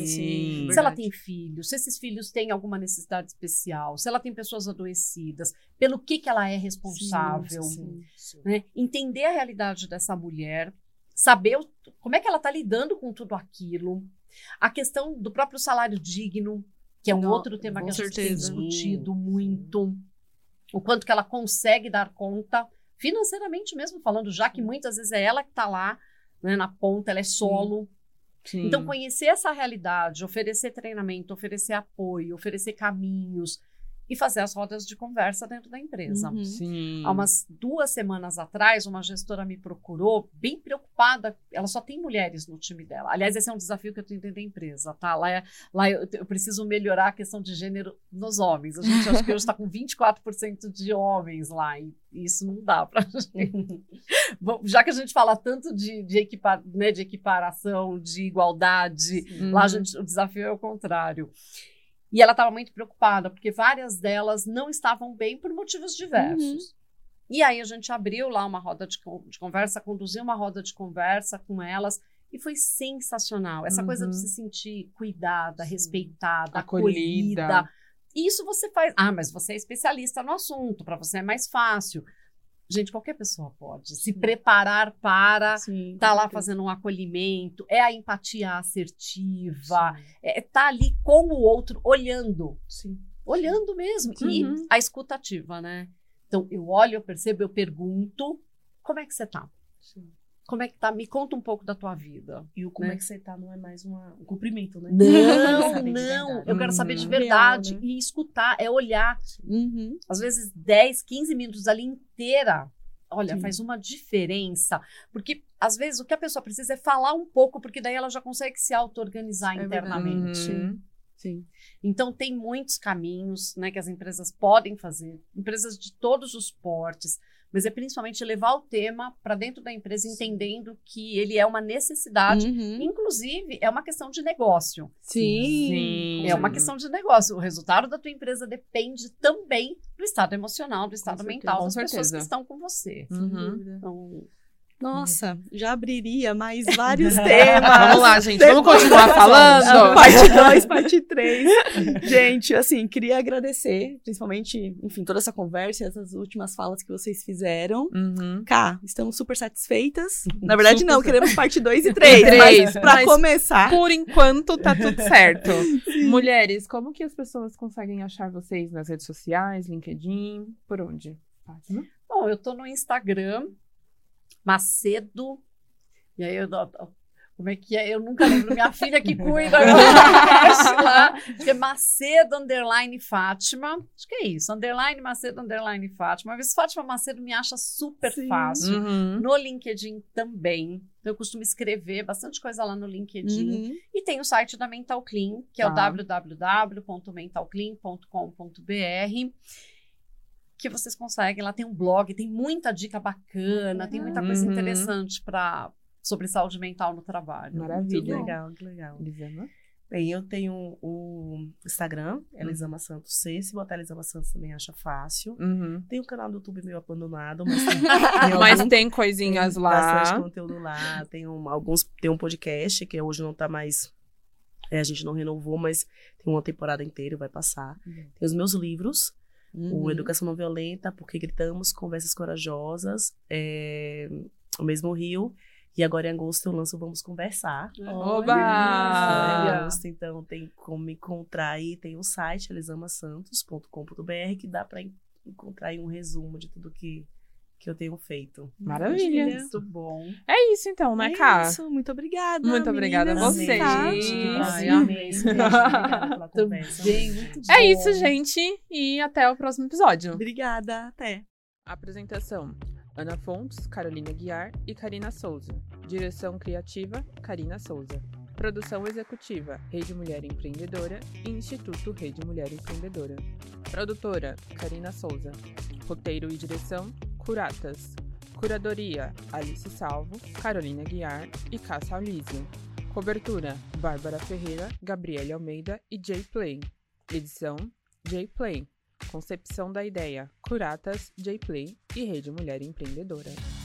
Se ela tem filhos, se esses filhos têm alguma necessidade especial, se ela tem pessoas adoecidas, pelo que ela é responsável. Né? Entender a realidade dessa mulher, saber como é que ela está lidando com tudo aquilo. A questão do próprio salário digno, que é um outro tema que a gente tem discutido muito. O quanto que ela consegue dar conta, financeiramente mesmo falando, já que muitas vezes é ela que está lá, né, na ponta, ela é solo. Então, conhecer essa realidade, oferecer treinamento, oferecer apoio, oferecer caminhos e fazer as rodas de conversa dentro da empresa. Há umas 2 semanas atrás, uma gestora me procurou, bem preocupada, ela só tem mulheres no time dela. Aliás, esse é um desafio que eu tenho dentro da empresa, tá? Lá eu preciso melhorar a questão de gênero nos homens. A gente acho que hoje está com 24% de homens lá, e isso não dá pra gente. Bom, já que a gente fala tanto de equiparação, de igualdade, lá o desafio é o contrário. E ela estava muito preocupada, porque várias delas não estavam bem por motivos diversos. E aí a gente abriu lá uma roda de conversa, conduziu uma roda de conversa com elas, e foi sensacional. Essa coisa de se sentir cuidada, respeitada, acolhida. E isso você faz... Ah, mas você é especialista no assunto, para você é mais fácil. Gente, qualquer pessoa pode se preparar para estar lá fazendo um acolhimento, é a empatia assertiva, é estar ali com o outro, olhando. Olhando mesmo. E a escutativa, né? Então, eu olho, eu percebo, eu pergunto, como é que você tá? Como é que tá? Me conta um pouco da tua vida. E o como é que você tá não é mais um cumprimento, né? Não. Eu quero saber de verdade. Real, né? E escutar, é olhar. Às vezes 10, 15 minutos ali inteira. Olha, faz uma diferença. Porque, às vezes, o que a pessoa precisa é falar um pouco, porque daí ela já consegue se auto-organizar internamente. Então, tem muitos caminhos, né, que as empresas podem fazer. Empresas de todos os portes. Mas é principalmente levar o tema para dentro da empresa, entendendo que ele é uma necessidade, inclusive é uma questão de negócio. É uma questão de negócio. O resultado da tua empresa depende também do estado emocional, do estado mental das pessoas que estão com você. Então, Nossa, já abriria mais vários temas. Vamos lá, gente. Vamos continuar Ah, falando? Parte 2, parte 3. Gente, assim, queria agradecer, principalmente, enfim, toda essa conversa e essas últimas falas que vocês fizeram. Uhum. Cá, estamos super satisfeitas. Na verdade, Super não, queremos parte 2 e 3. Mas pra mas começar... Por enquanto, tá tudo certo. Mulheres, como que as pessoas conseguem achar vocês nas redes sociais, LinkedIn? Por onde? Fátima? Bom, eu tô no Instagram, Macedo, e aí como é que é? Eu nunca lembro, minha filha que cuida lá, acho que é Macedo _ Fátima, acho que é isso, _ Macedo _ Fátima, mas Fátima Macedo me acha super fácil, Uhum. no LinkedIn também, eu costumo escrever bastante coisa lá no LinkedIn, Uhum. e tem o site da Mental Clean, que é o Tá. www.mentalclean.com.br, que vocês conseguem, lá tem um blog, tem muita dica bacana, tem muita coisa Uhum. interessante sobre saúde mental no trabalho. Maravilha. Que legal, que legal. Elisama? Bem, eu tenho o Instagram, Elisama Santos C. Se botar Elisama Santos também acha fácil. Uhum. Tem um canal do YouTube meio abandonado, mas Mas tem coisinhas tem lá. bastante conteúdo lá. Tem tem um podcast que hoje não tá mais... a gente não renovou, mas tem uma temporada inteira, vai passar. Tem os meus livros. O Educação Não Violenta, Porque Gritamos, Conversas Corajosas, O Mesmo Rio, e agora em agosto eu lanço Vamos Conversar. Oba! Em agosto, então tem como me encontrar aí, tem o site elisamasantos.com.br que dá para encontrar aí um resumo de tudo que eu tenho feito. Maravilha. Muito bom. É isso então, né, Cá? Isso, muito obrigada. Muito obrigada a meninas. vocês. Tá? Ai, amei. Obrigada pela conversa. Também, muito bom. É isso, gente. E até o próximo episódio. Obrigada, até. Apresentação: Ana Fontes, Carolina Guiar e Karina Souza. Direção criativa: Karina Souza. Produção executiva: Rede Mulher Empreendedora e Instituto Rede Mulher Empreendedora. Produtora: Karina Souza. Roteiro e direção: Curatas. Curadoria: Alice Salvo, Carolina Guiar e Cássia Alísio. Cobertura: Bárbara Ferreira, Gabriele Almeida e Jay Play. Edição: Jay Play. Concepção da ideia: Curatas, Jay Play e Rede Mulher Empreendedora.